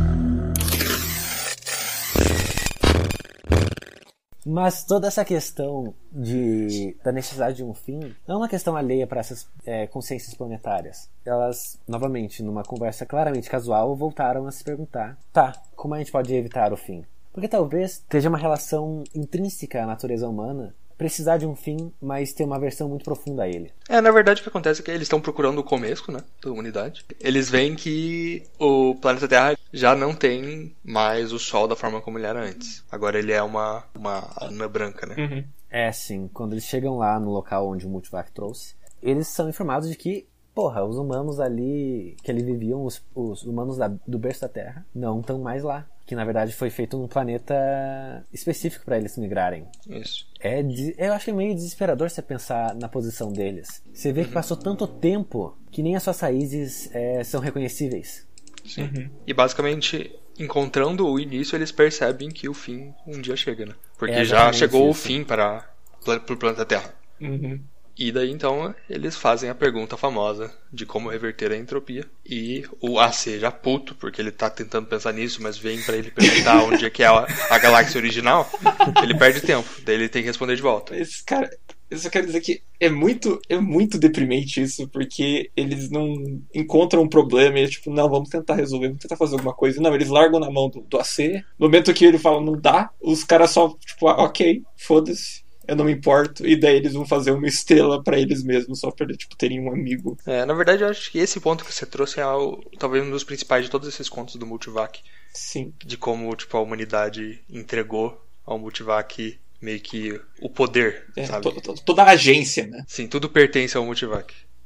Mas toda essa questão da necessidade de um fim não é uma questão alheia para essas consciências planetárias. Elas, novamente, numa conversa claramente casual, voltaram a se perguntar: como a gente pode evitar o fim? Porque talvez esteja uma relação intrínseca à natureza humana precisar de um fim, mas ter uma aversão muito profunda a ele. Na verdade o que acontece é que eles estão procurando o começo, né, da humanidade. Eles veem que o planeta Terra já não tem mais o Sol da forma como ele era antes. Agora ele é uma anã branca, né? Sim. Quando eles chegam lá no local onde o Multivac trouxe, eles são informados de que os humanos ali que ali viviam, os humanos do berço da Terra, não estão mais lá. Que na verdade foi feito um planeta específico para eles migrarem. Isso. Eu acho que é meio desesperador você pensar na posição deles. Você vê que passou tanto tempo que nem as suas raízes são reconhecíveis. Sim. E basicamente, encontrando o início, eles percebem que o fim um dia chega, né? Porque já chegou o fim para o planeta Terra. E daí então eles fazem a pergunta famosa de como reverter a entropia. E o AC já puto, porque ele tá tentando pensar nisso, mas vem pra ele perguntar onde é que é a galáxia original, ele perde tempo, daí ele tem que responder de volta. Esse cara, eu só quero dizer que é muito deprimente isso, porque eles não encontram um problema e é tipo, não, vamos tentar resolver, vamos tentar fazer alguma coisa. Não, eles largam na mão do AC. No momento que ele fala não dá, os caras só, tipo, ok, foda-se. Eu não me importo, e daí eles vão fazer uma estrela pra eles mesmos, só pra tipo, terem um amigo. Na verdade, eu acho que esse ponto que você trouxe é talvez um dos principais de todos esses contos do Multivac. Sim. De como tipo, a humanidade entregou ao Multivac meio que o poder, sabe? Toda a agência, né? Sim, tudo pertence ao Multivac.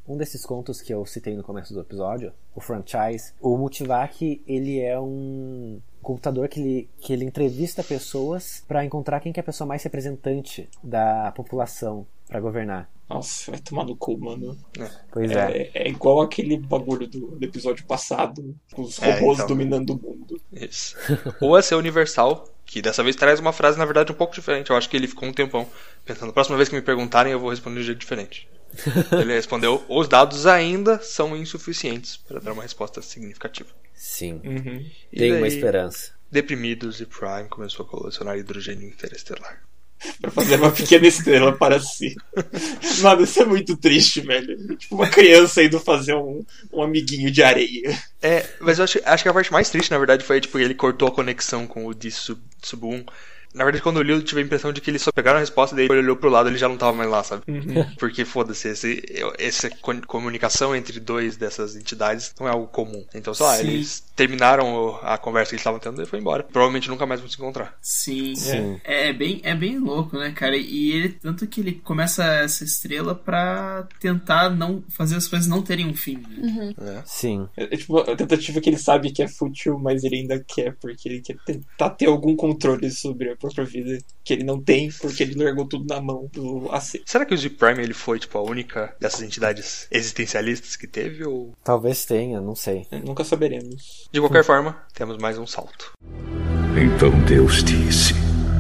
um desses contos que eu citei no começo do episódio, o Franchise, o Multivac, ele é um computador que ele entrevista pessoas para encontrar quem que é a pessoa mais representante da população para governar. Nossa, vai tomar no cu, mano. Pois é. É igual aquele bagulho do episódio passado, com os robôs dominando o mundo. Isso. Ou a ser universal, que dessa vez traz uma frase, na verdade, um pouco diferente. Eu acho que ele ficou um tempão pensando, próxima vez que me perguntarem, eu vou responder de um jeito diferente. Ele respondeu, os dados ainda são insuficientes para dar uma resposta significativa. Sim. Uhum. Tem uma esperança. Deprimidos, e Prime começou a colecionar hidrogênio interestelar. Pra fazer uma pequena estrela para si. Mano, isso é muito triste, velho. Tipo uma criança indo fazer um amiguinho de areia. Mas eu acho que a parte mais triste, na verdade, foi tipo, ele cortou a conexão com o D-Sub-1. Na verdade, quando eu li, eu tive a impressão de que eles só pegaram a resposta e daí ele olhou pro lado e ele já não tava mais lá, sabe? Porque, foda-se, essa comunicação entre dois dessas entidades não é algo comum. Então, sei lá, eles terminaram a conversa que eles estavam tendo e foi embora. Provavelmente nunca mais vão se encontrar. Sim. É bem louco, né, cara? E ele, tanto que ele começa essa estrela pra tentar não fazer as coisas não terem um fim. Né? Sim. É tipo a tentativa que ele sabe que é fútil, mas ele ainda quer, porque ele quer tentar ter algum controle sobre a própria vida, que ele não tem, porque ele largou tudo na mão do AC. Será que o Z-Prime ele foi tipo a única dessas entidades existencialistas que teve? Ou... Talvez tenha, não sei. Nunca saberemos. De qualquer forma, temos mais um salto. Então Deus disse: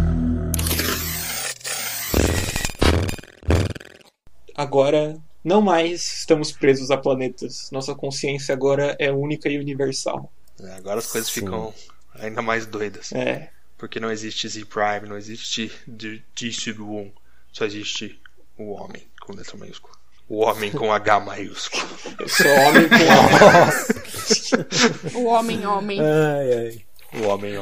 agora, não mais estamos presos a planetas. Nossa consciência agora é única e universal. Agora as coisas ficam ainda mais doidas. Porque não existe Z-Prime, não existe D-Sub-1. Só existe o homem, com letra maiúscula. O homem com H maiúsculo. Eu sou homem com O homem. O homem.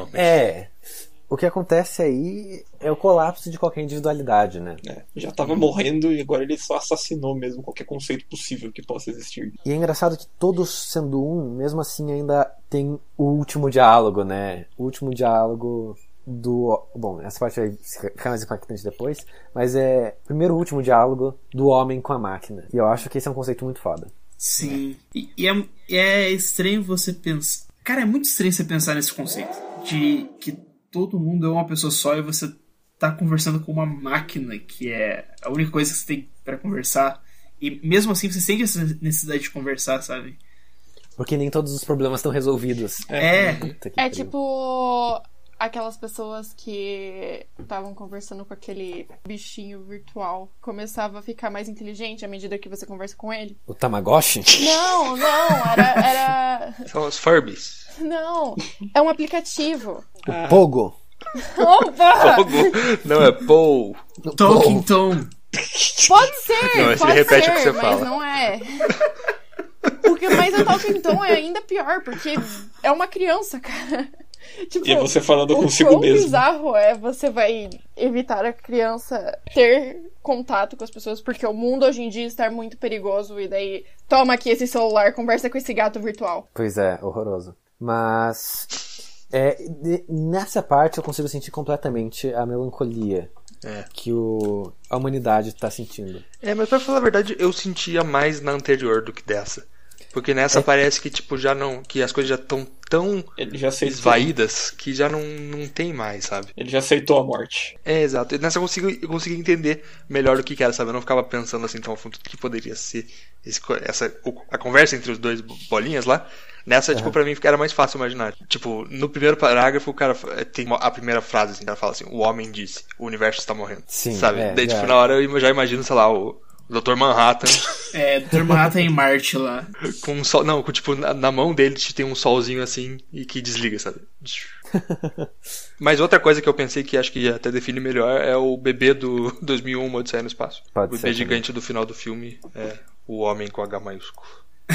O que acontece aí é o colapso de qualquer individualidade, né? Já tava morrendo e agora ele só assassinou mesmo qualquer conceito possível que possa existir. E é engraçado que todos sendo um, mesmo assim ainda tem o último diálogo, né? O último diálogo do... Bom, essa parte vai ficar mais impactante depois, mas é primeiro o último diálogo do homem com a máquina. E eu acho que esse é um conceito muito foda. Sim. E é estranho você pensar... Cara, é muito estranho você pensar nesse conceito de que todo mundo é uma pessoa só e você tá conversando com uma máquina que é a única coisa que você tem pra conversar. E mesmo assim você sente essa necessidade de conversar, sabe? Porque nem todos os problemas estão resolvidos. É tipo aquelas pessoas que estavam conversando com aquele bichinho virtual. Começava a ficar mais inteligente à medida que você conversa com ele. O Tamagotchi? Não, era... São os Furbies. Não, é um aplicativo. O Pogo? Opa! Pogo. Não, é Pou. Talking Tom. Pode ser, Não, esse pode repete ser, o que você mas fala. não é. Mas o Talking Tom é ainda pior, porque é uma criança, cara. Tipo, E é você falando consigo quão mesmo. bizarro você vai evitar a criança ter contato com as pessoas, porque o mundo hoje em dia está muito perigoso, e daí toma aqui esse celular, conversa com esse gato virtual. Pois é, horroroso. Mas nessa parte eu consigo sentir completamente a melancolia que a humanidade está sentindo. Mas pra falar a verdade, eu sentia mais na anterior do que dessa. Porque nessa parece que tipo, já não. Que as coisas já estão tão Ele já aceitou. esvaídas que já não tem mais, sabe? Ele já aceitou a morte. Exato. E nessa eu consegui entender melhor o que era, sabe? Eu não ficava pensando assim tão a fundo do que poderia ser a conversa entre os dois bolinhas lá. Nessa, tipo, pra mim era mais fácil imaginar. Tipo, no primeiro parágrafo, o cara tem a primeira frase, assim, o cara fala assim: o homem disse, o universo está morrendo. Sim, sabe? Daí, tipo, na hora eu já imagino, sei lá, o Dr. Manhattan. Dr. Manhattan em Marte lá. Com um sol. Não, tipo, na mão dele tem um solzinho assim e que desliga, sabe? Mas outra coisa que eu pensei que acho que até define melhor é o bebê do 2001, Uma Odisseia no Espaço. Pode o ser bebê também. gigante do final do filme é o homem com H maiúsculo.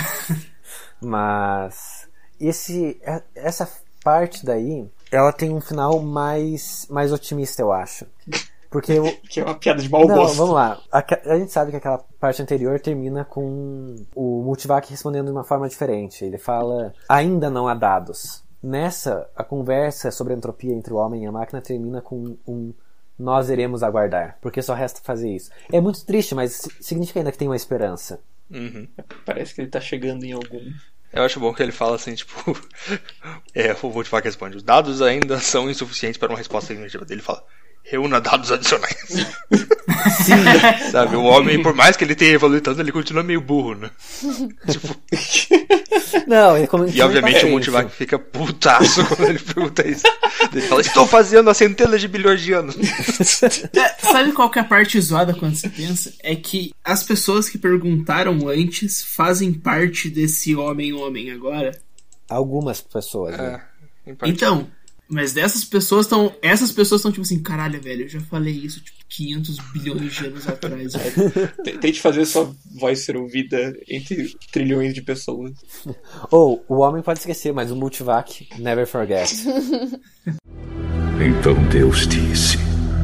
Mas essa parte daí, ela tem um final mais otimista, eu acho. Porque Que é uma piada de mau gosto. vamos lá. A gente sabe que aquela parte anterior termina com o Multivac respondendo de uma forma diferente. Ele fala, ainda não há dados. Nessa, a conversa sobre a entropia entre o homem e a máquina termina com nós iremos aguardar, porque só resta fazer isso. É muito triste, mas significa ainda que tem uma esperança. Uhum. Parece que ele tá chegando em algum. Eu acho bom que ele fala assim, tipo... o Multivac responde, os dados ainda são insuficientes para uma resposta definitiva dele. Ele fala, reúna dados adicionais. Sim. Sabe, o homem, por mais que ele tenha evoluído tanto, ele continua meio burro, né? Tipo... Não, E obviamente o Multivac fica putaço quando ele pergunta isso. Ele fala, estou fazendo há centenas de bilhões de anos. Sabe qual que é a parte zoada quando você pensa? É que as pessoas que perguntaram antes fazem parte desse homem agora. Algumas pessoas, né? Então, mas essas pessoas estão tipo assim, caralho, velho, eu já falei isso tipo 500 bilhões de anos atrás. Tente fazer sua voz ser ouvida entre trilhões de pessoas. Ou, o homem pode esquecer, mas o Multivac never forget. Então Deus disse.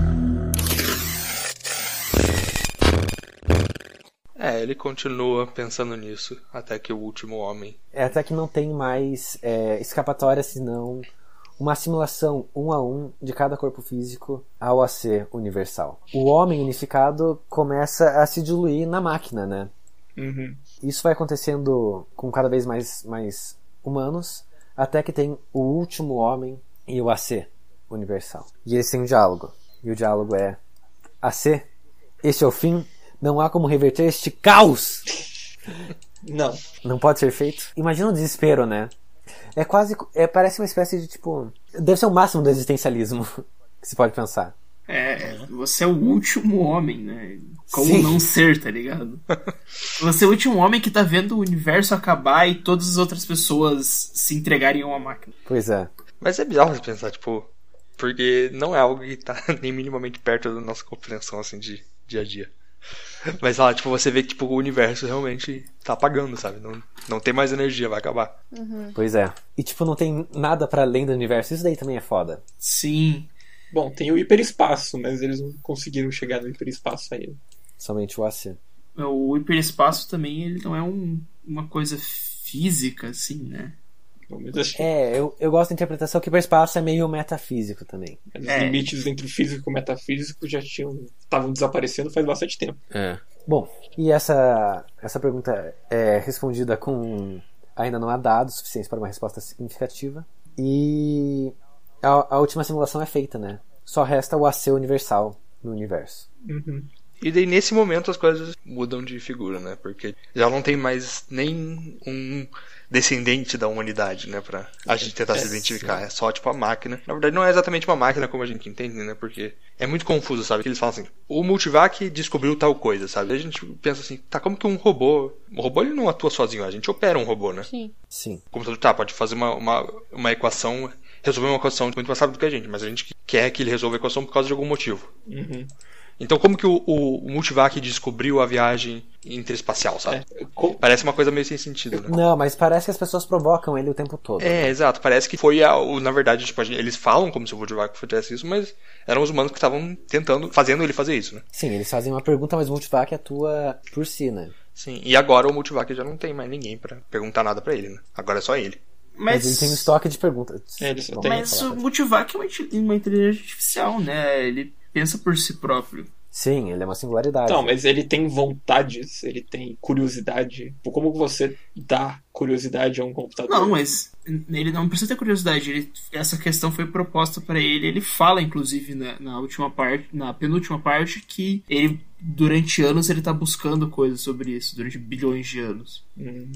Ele continua pensando nisso até que o último homem... Até que não tem mais escapatória, senão uma simulação 1 a 1 de cada corpo físico ao AC universal. O homem unificado começa a se diluir na máquina, né? Uhum. Isso vai acontecendo com cada vez mais humanos, até que tem o último homem e o AC universal. E eles têm um diálogo. E o diálogo é: AC, este é o fim, não há como reverter este caos. Não pode ser feito. Imagina o desespero, né? Parece uma espécie de tipo... Deve ser o máximo do existencialismo que se pode pensar. Você é o último homem, né? Como Sim. não ser, tá ligado? Você é o último homem que tá vendo o universo acabar e todas as outras pessoas se entregarem a uma máquina. Pois é. Mas é bizarro de pensar, tipo... Porque não é algo que tá nem minimamente perto da nossa compreensão, assim, de dia a dia. Mas lá, tipo, você vê que tipo, o universo realmente tá apagando, sabe? Não tem mais energia, vai acabar. Uhum. Pois é. E tipo, não tem nada para além do universo. Isso daí também é foda. Sim. Bom, tem o hiperespaço, mas eles não conseguiram chegar no hiperespaço ainda. Somente o AC. O hiperespaço também, ele não é uma coisa física, assim, né? Eu gosto da interpretação que o hiperespaço é meio metafísico também. Os limites entre o físico e o metafísico já estavam desaparecendo faz bastante tempo. Bom, e essa pergunta é respondida com ainda não há dados suficientes para uma resposta significativa. E a última simulação é feita, né? Só resta o AC universal no universo. Uhum. E daí nesse momento as coisas mudam de figura, né? Porque já não tem mais nem um descendente da humanidade, né? Pra a gente tentar se identificar. É só tipo a máquina. Na verdade não é exatamente uma máquina como a gente entende, né? Porque é muito confuso, sabe? Que eles falam assim, o Multivac descobriu tal coisa, sabe? Aí a gente pensa assim, tá, como que um robô ele não atua sozinho, a gente opera um robô, né? Sim. O computador pode fazer uma equação, resolver uma equação muito mais rápido que a gente, mas a gente quer que ele resolva a equação por causa de algum motivo. Uhum. Então como que o Multivac descobriu a viagem interespacial, sabe? Parece uma coisa meio sem sentido, né? Não, mas parece que as pessoas provocam ele o tempo todo. Exato. Parece que foi na verdade, tipo, eles falam como se o Multivac fizesse isso, mas eram os humanos que estavam fazendo ele fazer isso, né? Sim, eles fazem uma pergunta, mas o Multivac atua por si, né? Sim, e agora o Multivac já não tem mais ninguém pra perguntar nada pra ele, né? Agora é só ele. Mas ele tem um estoque de perguntas. Mas o Multivac é uma inteligência artificial, né? Ele pensa por si próprio. Sim, ele é uma singularidade. Não, mas ele tem vontades, ele tem curiosidade. Como você dá curiosidade a um computador? Não, mas ele não precisa ter curiosidade. Essa questão foi proposta pra ele. Ele fala, inclusive, na última parte, na penúltima parte, que ele, durante anos, ele tá buscando coisas sobre isso, durante bilhões de anos.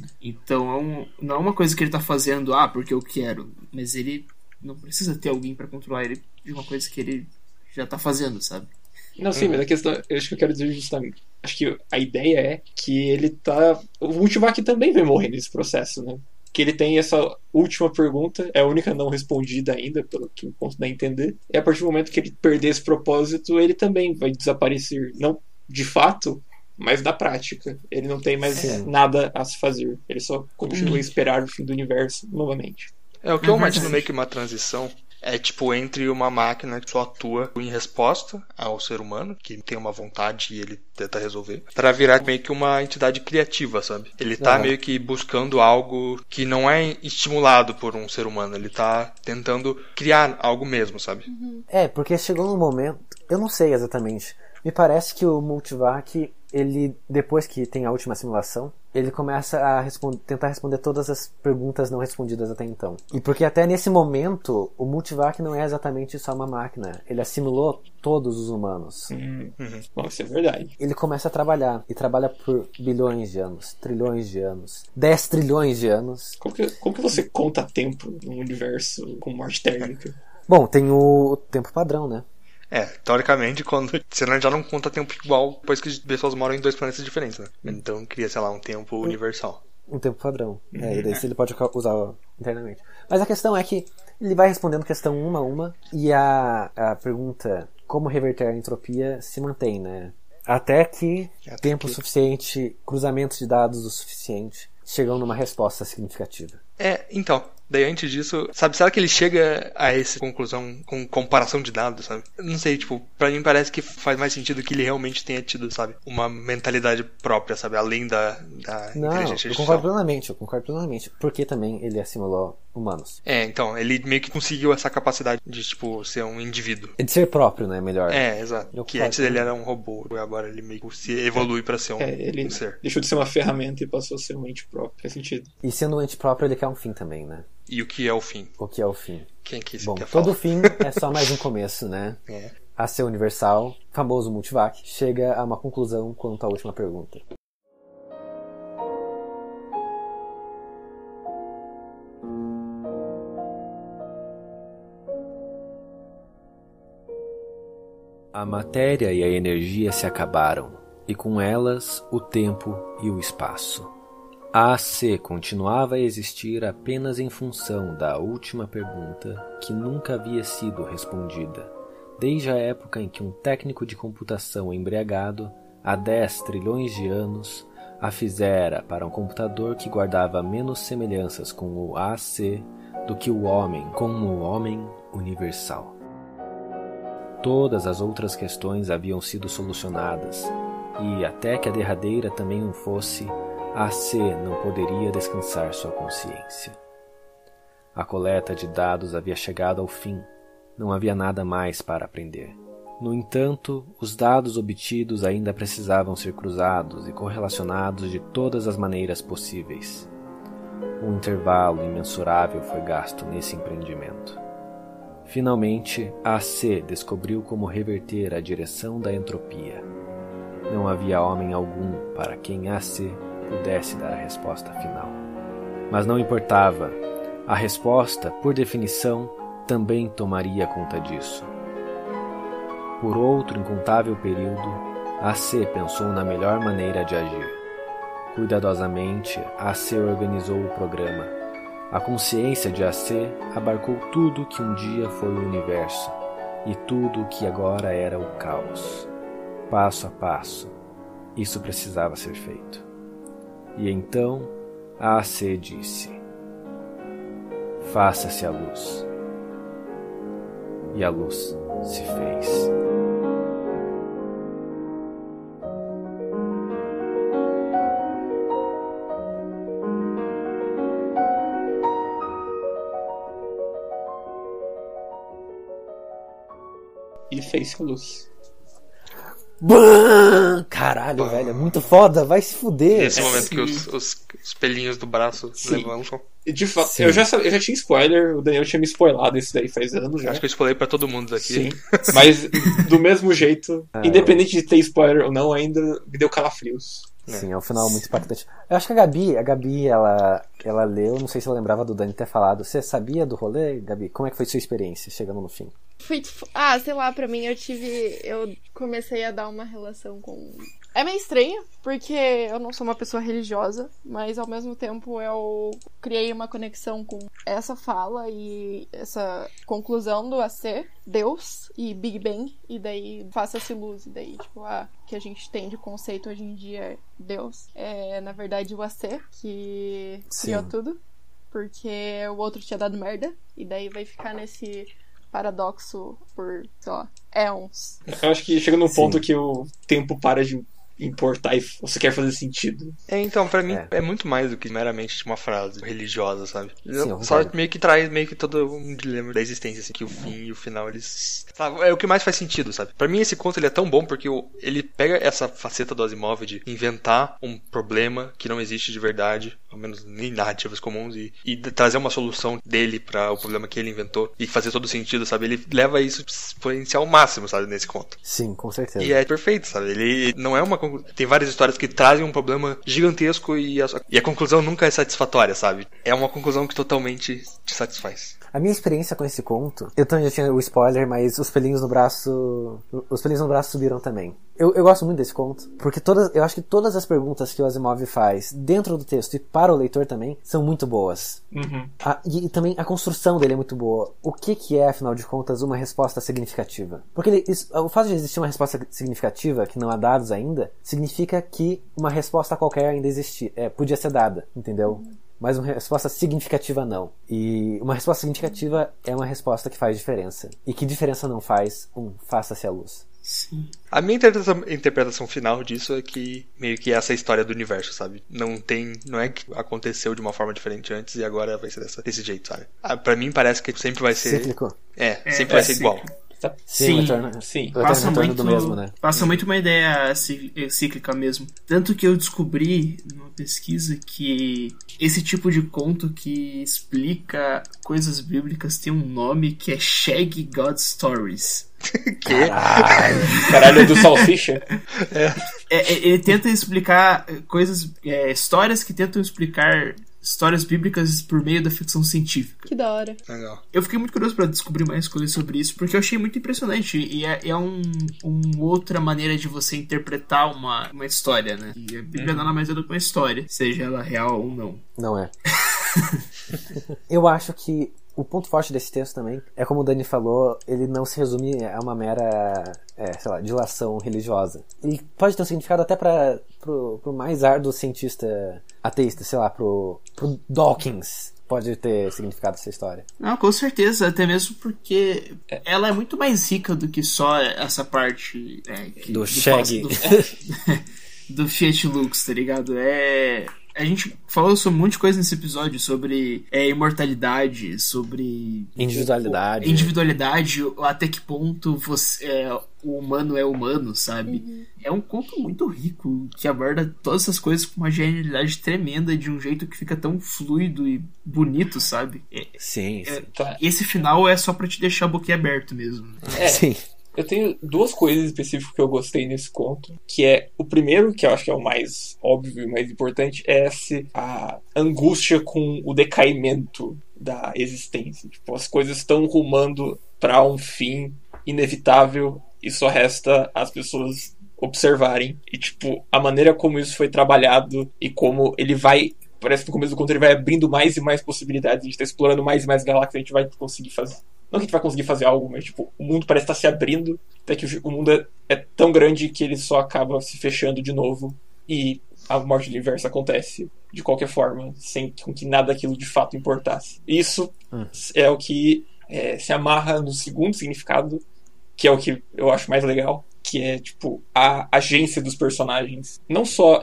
Então, não é uma coisa que ele tá fazendo, porque eu quero. Mas ele não precisa ter alguém pra controlar ele de uma coisa que ele já tá fazendo, sabe? Não, sim, mas a questão, eu acho que eu quero dizer justamente, acho que a ideia é que ele tá, o Multivac também vai morrer nesse processo, né? Que ele tem essa última pergunta, é a única não respondida ainda, pelo que eu posso dar a entender, e a partir do momento que ele perder esse propósito, ele também vai desaparecer, não de fato, mas na prática. Ele não tem mais nada a se fazer, ele só continua a esperar o fim do universo novamente. O que eu imagino meio que uma transição é tipo entre uma máquina que só atua em resposta ao ser humano, que tem uma vontade e ele tenta resolver, para virar meio que uma entidade criativa, sabe? Ele tá meio que buscando algo que não é estimulado por um ser humano, ele tá tentando criar algo mesmo, sabe? Porque chegou num momento, eu não sei exatamente, me parece que o Multivac ele, depois que tem a última simulação, ele começa a tentar responder todas as perguntas não respondidas até então. E porque até nesse momento, o Multivac não é exatamente só uma máquina. Ele assimilou todos os humanos. Bom, isso é verdade. Ele começa a trabalhar, e trabalha por bilhões de anos, trilhões de anos, 10 trilhões de anos. Como que você conta tempo num universo com morte térmica? Bom, tem o tempo padrão, né? Teoricamente, quando você já não conta tempo igual depois que as pessoas moram em 2 planetas diferentes, né? Então cria, sei lá, um tempo universal. Um tempo padrão. E daí ele pode usar internamente. Mas a questão é que ele vai respondendo questão uma a uma, e a pergunta como reverter a entropia se mantém, né? Até que suficiente, cruzamentos de dados o suficiente, chegam numa resposta significativa. Então, daí antes disso, será que ele chega a essa conclusão com comparação de dados, sabe? Não sei, tipo, pra mim parece que faz mais sentido que ele realmente tenha tido, sabe, uma mentalidade própria, sabe, além da inteligência artificial. Eu concordo plenamente, porque também ele assimilou humanos. Então, ele meio que conseguiu essa capacidade de, tipo, ser um indivíduo. De ser próprio, né, melhor. Exato. Que antes ele era um robô, e agora ele meio que se evolui pra ser um ser. Deixou de ser uma ferramenta e passou a ser um ente próprio, faz sentido. E sendo um ente próprio, ele quer um fim também, né? E o que é o fim? O que é o fim? Quem que Bom, quer falar? todo fim é só mais um começo, né? A ser universal, famoso Multivac, chega a uma conclusão quanto à última pergunta. A matéria e a energia se acabaram, e com elas o tempo e o espaço. A AC continuava a existir apenas em função da última pergunta que nunca havia sido respondida, desde a época em que um técnico de computação embriagado, há 10 trilhões de anos, a fizera para um computador que guardava menos semelhanças com o AC do que o homem com o homem universal. Todas as outras questões haviam sido solucionadas, e até que a derradeira também o fosse, AC não poderia descansar sua consciência. A coleta de dados havia chegado ao fim, não havia nada mais para aprender. No entanto, os dados obtidos ainda precisavam ser cruzados e correlacionados de todas as maneiras possíveis. Um intervalo imensurável foi gasto nesse empreendimento. Finalmente, AC descobriu como reverter a direção da entropia. Não havia homem algum para quem AC pudesse dar a resposta final. Mas não importava. A resposta, por definição, também tomaria conta disso. Por outro incontável período, AC pensou na melhor maneira de agir. Cuidadosamente, AC organizou o programa. A consciência de AC abarcou tudo que um dia foi o universo e tudo que agora era o caos. Passo a passo, isso precisava ser feito. E então, a AC disse: faça-se a luz. E a luz se fez. E fez a luz. Caralho, velho, é muito foda, vai se fuder. Nesse momento que os pelinhos do braço levantam. De fato, eu já tinha spoiler, o Daniel tinha me spoilado isso daí faz anos já. Acho que eu spoilei pra todo mundo daqui. Sim, mas do mesmo jeito, independente de ter spoiler ou não, ainda me deu calafrios. Sim, é um final muito impactante. Eu acho que a Gabi, ela leu, não sei se ela lembrava do Dani ter falado. Você sabia do rolê, Gabi? Como é que foi sua experiência chegando no fim? Sei lá, pra mim eu comecei a dar uma relação com... É meio estranho, porque eu não sou uma pessoa religiosa, mas ao mesmo tempo eu criei uma conexão com essa fala e essa conclusão do AC, Deus e Big Bang, e daí faça-se luz, e daí tipo, que a gente tem de conceito hoje em dia é Deus. É, na verdade, o AC que criou tudo, porque o outro tinha dado merda, e daí vai ficar nesse paradoxo por, sei lá, éons. Eu acho que chega num ponto que o tempo para de importar e você quer fazer sentido. Então, pra mim, é muito mais do que meramente uma frase religiosa, sabe? Sim, Só meio que traz meio que todo um dilema da existência, assim, que o fim e o final, eles... Sabe? É o que mais faz sentido, sabe? Pra mim, esse conto, ele é tão bom porque ele pega essa faceta do Asimov de inventar um problema que não existe de verdade, ao menos em narrativas comuns, e trazer uma solução dele para o problema que ele inventou e fazer todo sentido, sabe? Ele leva isso exponencial ao máximo, sabe? Nesse conto. Sim, com certeza. E é perfeito, sabe? Ele não é uma... Tem várias histórias que trazem um problema gigantesco e a conclusão nunca é satisfatória, sabe? É uma conclusão que totalmente te satisfaz. A minha experiência com esse conto, eu também já tinha o spoiler, mas os pelinhos no braço subiram também. Eu gosto muito desse conto, porque eu acho que todas as perguntas que o Asimov faz dentro do texto e para o leitor também são muito boas. Uhum. E também a construção dele é muito boa. O que é, afinal de contas, uma resposta significativa? Porque o fato de existir uma resposta significativa, que não há dados ainda, significa que uma resposta qualquer ainda existia, podia ser dada, entendeu? Mas uma resposta significativa não. E uma resposta significativa é uma resposta que faz diferença. E que diferença não faz? Faça-se a luz. Sim. A minha interpretação final disso é que meio que essa é a história do universo, sabe? Não é que aconteceu de uma forma diferente antes e agora vai ser desse jeito, sabe? Pra mim parece que sempre vai ser... Cíclico. Sempre vai ser igual. Sim. Passa muito, do mesmo, né? Passa muito uma ideia cíclica mesmo. Tanto que eu descobri numa pesquisa que esse tipo de conto que explica coisas bíblicas tem um nome que é Shaggy God Stories. Caralho, do Salsicha. Ele tenta explicar coisas, histórias que tentam explicar histórias bíblicas por meio da ficção científica. Que da hora. Legal. Eu fiquei muito curioso pra descobrir mais coisas sobre isso, porque eu achei muito impressionante. E é uma outra maneira de você interpretar uma história, né? E a Bíblia nada mais é do que uma história, seja ela real ou não. Não é. Eu acho que o ponto forte desse texto também é, como o Dani falou, ele não se resume a uma mera, dilação religiosa. Ele pode ter um significado até pro mais árduo cientista ateísta, sei lá, pro Dawkins. Pode ter significado essa história. Não, com certeza, até mesmo porque ela é muito mais rica do que só essa parte do Shaggy. Do Fiat Lux, tá ligado? A gente falou sobre um monte de coisa nesse episódio, sobre imortalidade, sobre individualidade, até que ponto o humano é humano, sabe? Uhum. É um conto muito rico, que aborda todas essas coisas com uma genialidade tremenda, de um jeito que fica tão fluido e bonito, sabe? Sim. Esse final é só pra te deixar a boquinha aberta mesmo. Sim. Eu tenho duas coisas específicas que eu gostei nesse conto, que é o primeiro, que eu acho que é o mais óbvio e mais importante, é a angústia com o decaimento da existência. Tipo, as coisas estão rumando para um fim inevitável e só resta as pessoas observarem. E, tipo, a maneira como isso foi trabalhado e como ele vai... Parece que no começo do conto ele vai abrindo mais e mais possibilidades, a gente tá explorando mais e mais galáxias, a gente vai conseguir fazer... Não que a gente vai conseguir fazer algo, mas tipo, o mundo parece estar se abrindo, até que o mundo é tão grande que ele só acaba se fechando de novo e a morte do universo acontece de qualquer forma, sem que nada daquilo de fato importasse. Isso é o que se amarra no segundo significado, que é o que eu acho mais legal, que é tipo a agência dos personagens. Não só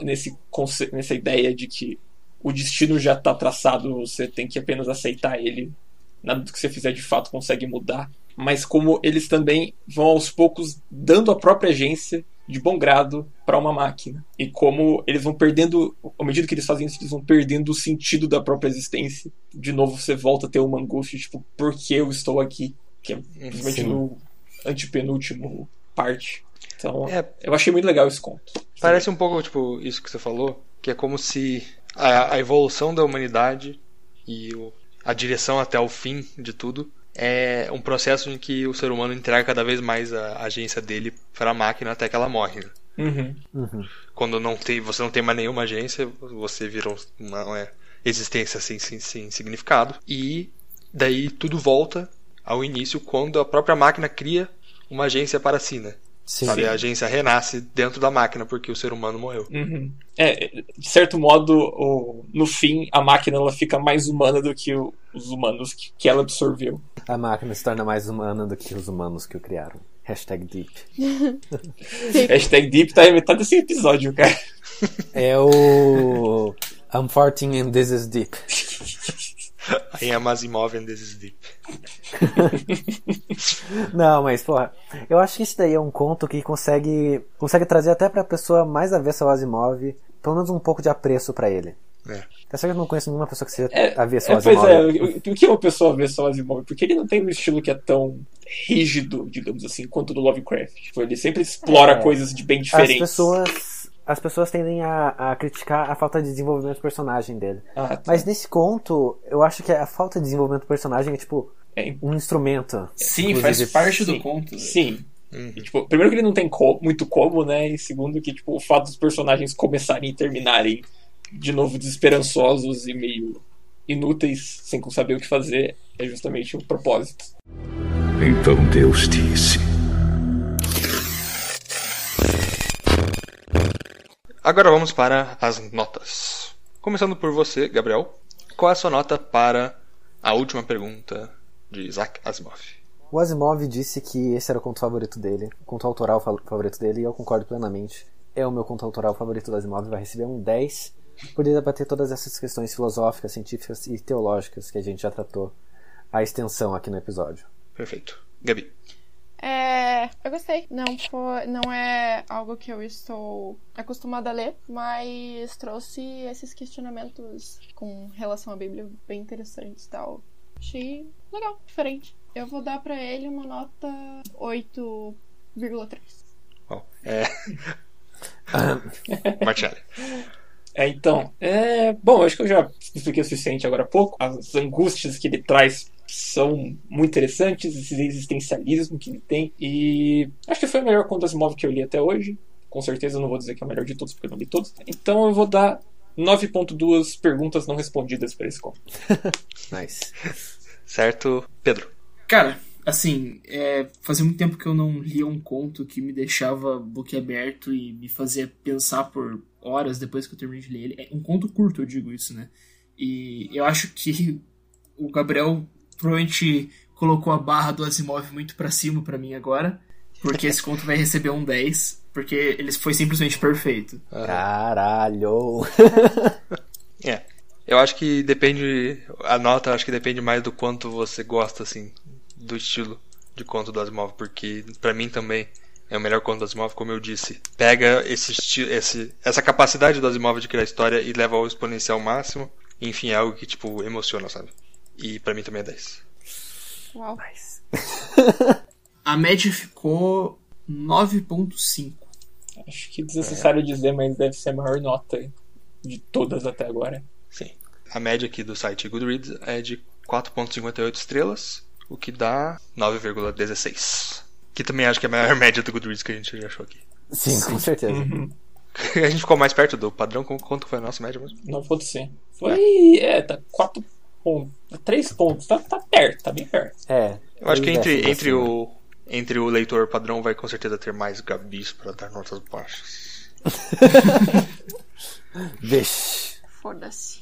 nessa ideia de que o destino já está traçado, você tem que apenas aceitar ele, nada do que você fizer de fato consegue mudar, mas como eles também vão aos poucos dando a própria agência de bom grado para uma máquina, e como eles vão perdendo, à medida que eles fazem isso, eles vão perdendo o sentido da própria existência. De novo você volta a ter uma angústia, tipo, por que eu estou aqui? Que é simplesmente no antepenúltimo parte. Então eu achei muito legal esse conto. Parece um pouco tipo isso que você falou, que é como se a evolução da humanidade e a direção até o fim de tudo é um processo em que o ser humano entrega cada vez mais a agência dele para a máquina até que ela morre, né? Quando você não tem mais nenhuma agência, você vira uma existência sem significado, e daí tudo volta ao início quando a própria máquina cria uma agência para si, né? Sim. Sabe, a agência renasce dentro da máquina porque o ser humano morreu. De certo modo, no fim, a máquina ela fica mais humana do que os humanos que ela absorveu. A máquina se torna mais humana do que os humanos que o criaram. Deep. Hashtag Deep tá em metade desse episódio, cara. É o I'm farting and this is deep. I am Asimov and this is deep. Não, mas, porra, eu acho que isso daí é um conto que consegue trazer até pra pessoa mais avessa ao Asimov, pelo menos um pouco de apreço pra ele. Até só que eu não conheço nenhuma pessoa que seja avessa ao Asimov. Pois o que é uma pessoa avessa ao Asimov? Porque ele não tem um estilo que é tão rígido, digamos assim, quanto o do Lovecraft. Tipo, ele sempre explora coisas de bem diferentes. As pessoas tendem a criticar a falta de desenvolvimento do personagem dele. Tá. Mas nesse conto, eu acho que a falta de desenvolvimento do personagem é tipo um instrumento. Sim, inclusive. faz parte do conto. Sim. E, tipo, primeiro que ele não tem muito como, né? E segundo que tipo, o fato dos personagens começarem e terminarem de novo desesperançosos e meio inúteis, sem saber o que fazer, é justamente o propósito. Então Deus disse. Agora vamos para as notas. Começando por você, Gabriel. Qual é a sua nota para a última pergunta de Isaac Asimov? O Asimov disse que esse era o conto favorito dele, o conto autoral favorito dele, e eu concordo plenamente. É o meu conto autoral favorito do Asimov, vai receber um 10, por debater todas essas questões filosóficas, científicas e teológicas que a gente já tratou a extensão aqui no episódio. Perfeito. Gabi? Eu gostei. Não é algo que eu estou acostumada a ler, mas trouxe esses questionamentos com relação à Bíblia bem interessantes e tal. Achei legal, diferente. Eu vou dar pra ele uma nota 8,3. Martinelli. Bom, acho que eu já expliquei o suficiente agora há pouco. As angústias que ele traz são muito interessantes, esse existencialismo que ele tem, e acho que foi o melhor conto do Asimov que eu li até hoje. Com certeza eu não vou dizer que é o melhor de todos, porque eu não li todos. Então eu vou dar 9.2 perguntas não respondidas para esse conto. Nice. Certo, Pedro? Cara, assim, fazia muito tempo que eu não lia um conto que me deixava boquiaberto e me fazia pensar por horas depois que eu terminei de ler ele. É um conto curto, eu digo isso, né? E eu acho que o Gabriel provavelmente colocou a barra do Asimov muito pra cima pra mim agora, porque esse conto vai receber um 10, porque ele foi simplesmente perfeito. Caralho! Eu acho que depende. A nota acho que depende mais do quanto você gosta, assim, do estilo de conto do Asimov, porque pra mim também é o melhor conto do Asimov, como eu disse. Pega essa capacidade do Asimov de criar história e leva ao exponencial máximo. Enfim, é algo que, tipo, emociona, sabe? E pra mim também é 10. Uau. Nice. A média ficou 9.5. Acho que desnecessário dizer, mas deve ser a maior nota de todas até agora. Sim. A média aqui do site Goodreads é de 4.58 estrelas, o que dá 9,16. Que também acho que é a maior média do Goodreads que a gente já achou aqui. Sim, com certeza. A gente ficou mais perto do padrão. Quanto foi a nossa média mesmo? 9.5. Tá 4 pontos. 3 pontos. Tá perto, tá bem perto. Eu acho que entre o leitor padrão vai com certeza ter mais Gabis para dar notas baixas. Vixe. Foda-se.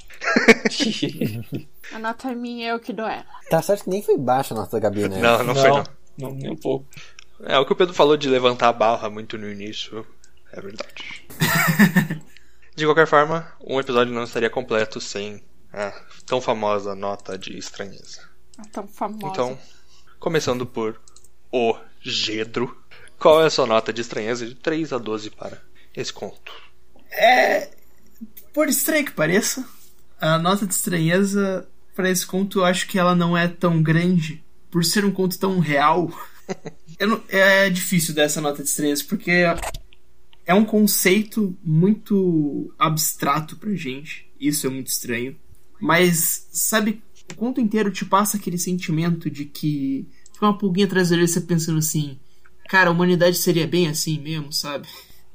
A nota é minha, eu que dou ela. Tá certo que nem foi baixa a nota da Gabi, né? Não foi não. Não, nem um pouco. O que o Pedro falou de levantar a barra muito no início é verdade. De qualquer forma, um episódio não estaria completo sem a tão famosa nota de estranheza. Tão famosa. Então, começando por o Gedro, qual é a sua nota de estranheza de 3 a 12 para esse conto? Por estranho que pareça, a nota de estranheza para esse conto eu acho que ela não é tão grande, por ser um conto tão real. É difícil dar essa nota de estranheza, porque é um conceito muito abstrato pra gente. Isso é muito estranho. Mas, sabe, o conto inteiro te passa aquele sentimento de que fica uma pulguinha atrás da orelha, você pensando assim, cara, a humanidade seria bem assim mesmo, sabe?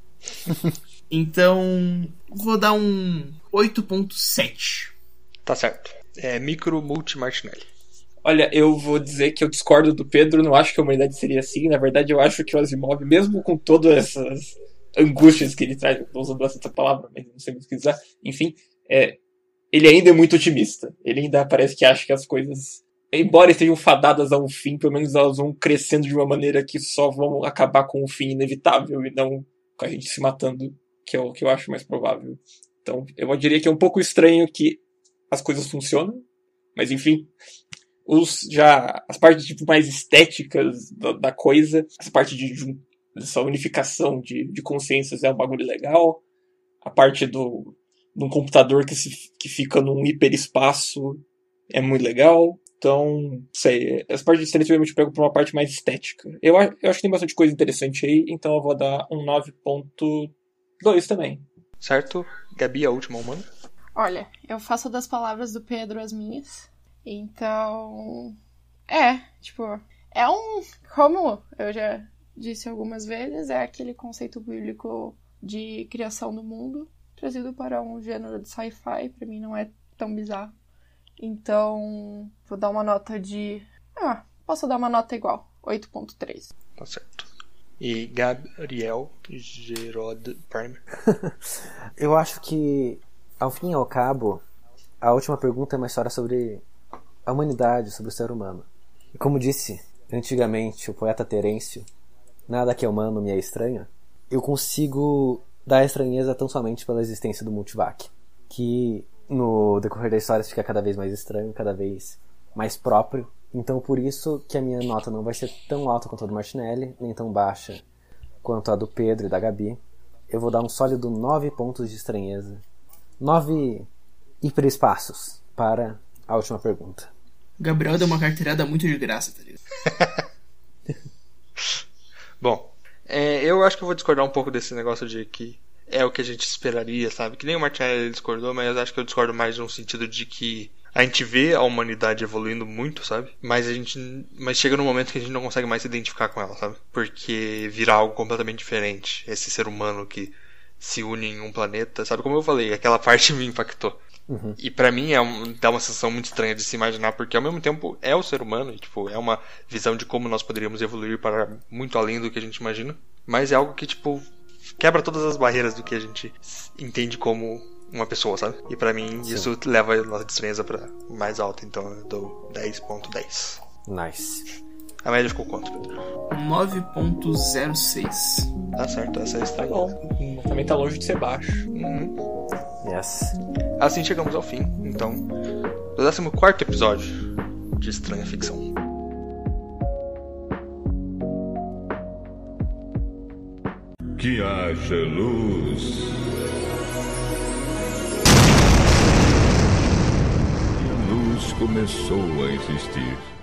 Então, vou dar um 8.7. Tá certo. Micro Multi Martinelli. Olha, eu vou dizer que eu discordo do Pedro, não acho que a humanidade seria assim. Na verdade, eu acho que o Asimov, mesmo com todas essas angústias que ele traz, não usando essa palavra, mas não sei muito o que usar, enfim, ele ainda é muito otimista. Ele ainda parece que acha que as coisas embora estejam fadadas a um fim, pelo menos elas vão crescendo de uma maneira que só vão acabar com um fim inevitável e não com a gente se matando, que é o que eu acho mais provável. Então, eu diria que é um pouco estranho que as coisas funcionam, mas enfim, as partes tipo, mais estéticas da coisa, essa parte dessa unificação de consciências é um bagulho legal, a parte de um computador que fica num hiperespaço é muito legal. Então, sei, essa parte de estranho eu te pego pra uma parte mais estética. Eu acho que tem bastante coisa interessante aí, então eu vou dar um 9.2 também. Certo? Gabi, a última humana? Olha, eu faço das palavras do Pedro as minhas. Então, como eu já disse algumas vezes, é aquele conceito bíblico de criação do mundo, trazido para um gênero de sci-fi, pra mim não é tão bizarro. Então, vou dar uma nota de... posso dar uma nota igual, 8.3. Tá certo. E Gabriel Gerard Primer? Eu acho que, ao fim e ao cabo, a última pergunta é uma história sobre a humanidade, sobre o ser humano. E como disse antigamente o poeta Terêncio, nada que é humano me é estranho, eu consigo dar estranheza tão somente pela existência do Multivac, que no decorrer da história fica cada vez mais estranho, cada vez mais próprio. Então por isso que a minha nota não vai ser tão alta quanto a do Martinelli, nem tão baixa quanto a do Pedro e da Gabi. Eu vou dar um sólido 9 pontos de estranheza. 9 hiperespaços para a última pergunta. O Gabriel deu uma carteirada muito de graça, tá ligado? Bom, eu acho que eu vou discordar um pouco desse negócio de que é o que a gente esperaria, sabe? Que nem o Martinelli discordou, mas eu acho que eu discordo mais no sentido de que a gente vê a humanidade evoluindo muito, sabe? Mas chega num momento que a gente não consegue mais se identificar com ela, sabe? Porque vira algo completamente diferente. Esse ser humano que se une em um planeta, sabe? Como eu falei, aquela parte me impactou. Uhum. E pra mim dá uma sensação muito estranha de se imaginar, porque ao mesmo tempo é o ser humano, e, tipo, é uma visão de como nós poderíamos evoluir para muito além do que a gente imagina. Mas é algo que, tipo, quebra todas as barreiras do que a gente entende como uma pessoa, sabe? E pra mim isso leva a nossa estranheza pra mais alta, então eu dou 10.10. Nice. A média ficou quanto, Pedro? 9.06. Tá certo, essa é a Tá estranha. bom. Também tá longe de ser baixo. Yes. Assim chegamos ao fim, então, do 14º episódio de Estranha Ficção. Que haja luz. E a luz começou a existir.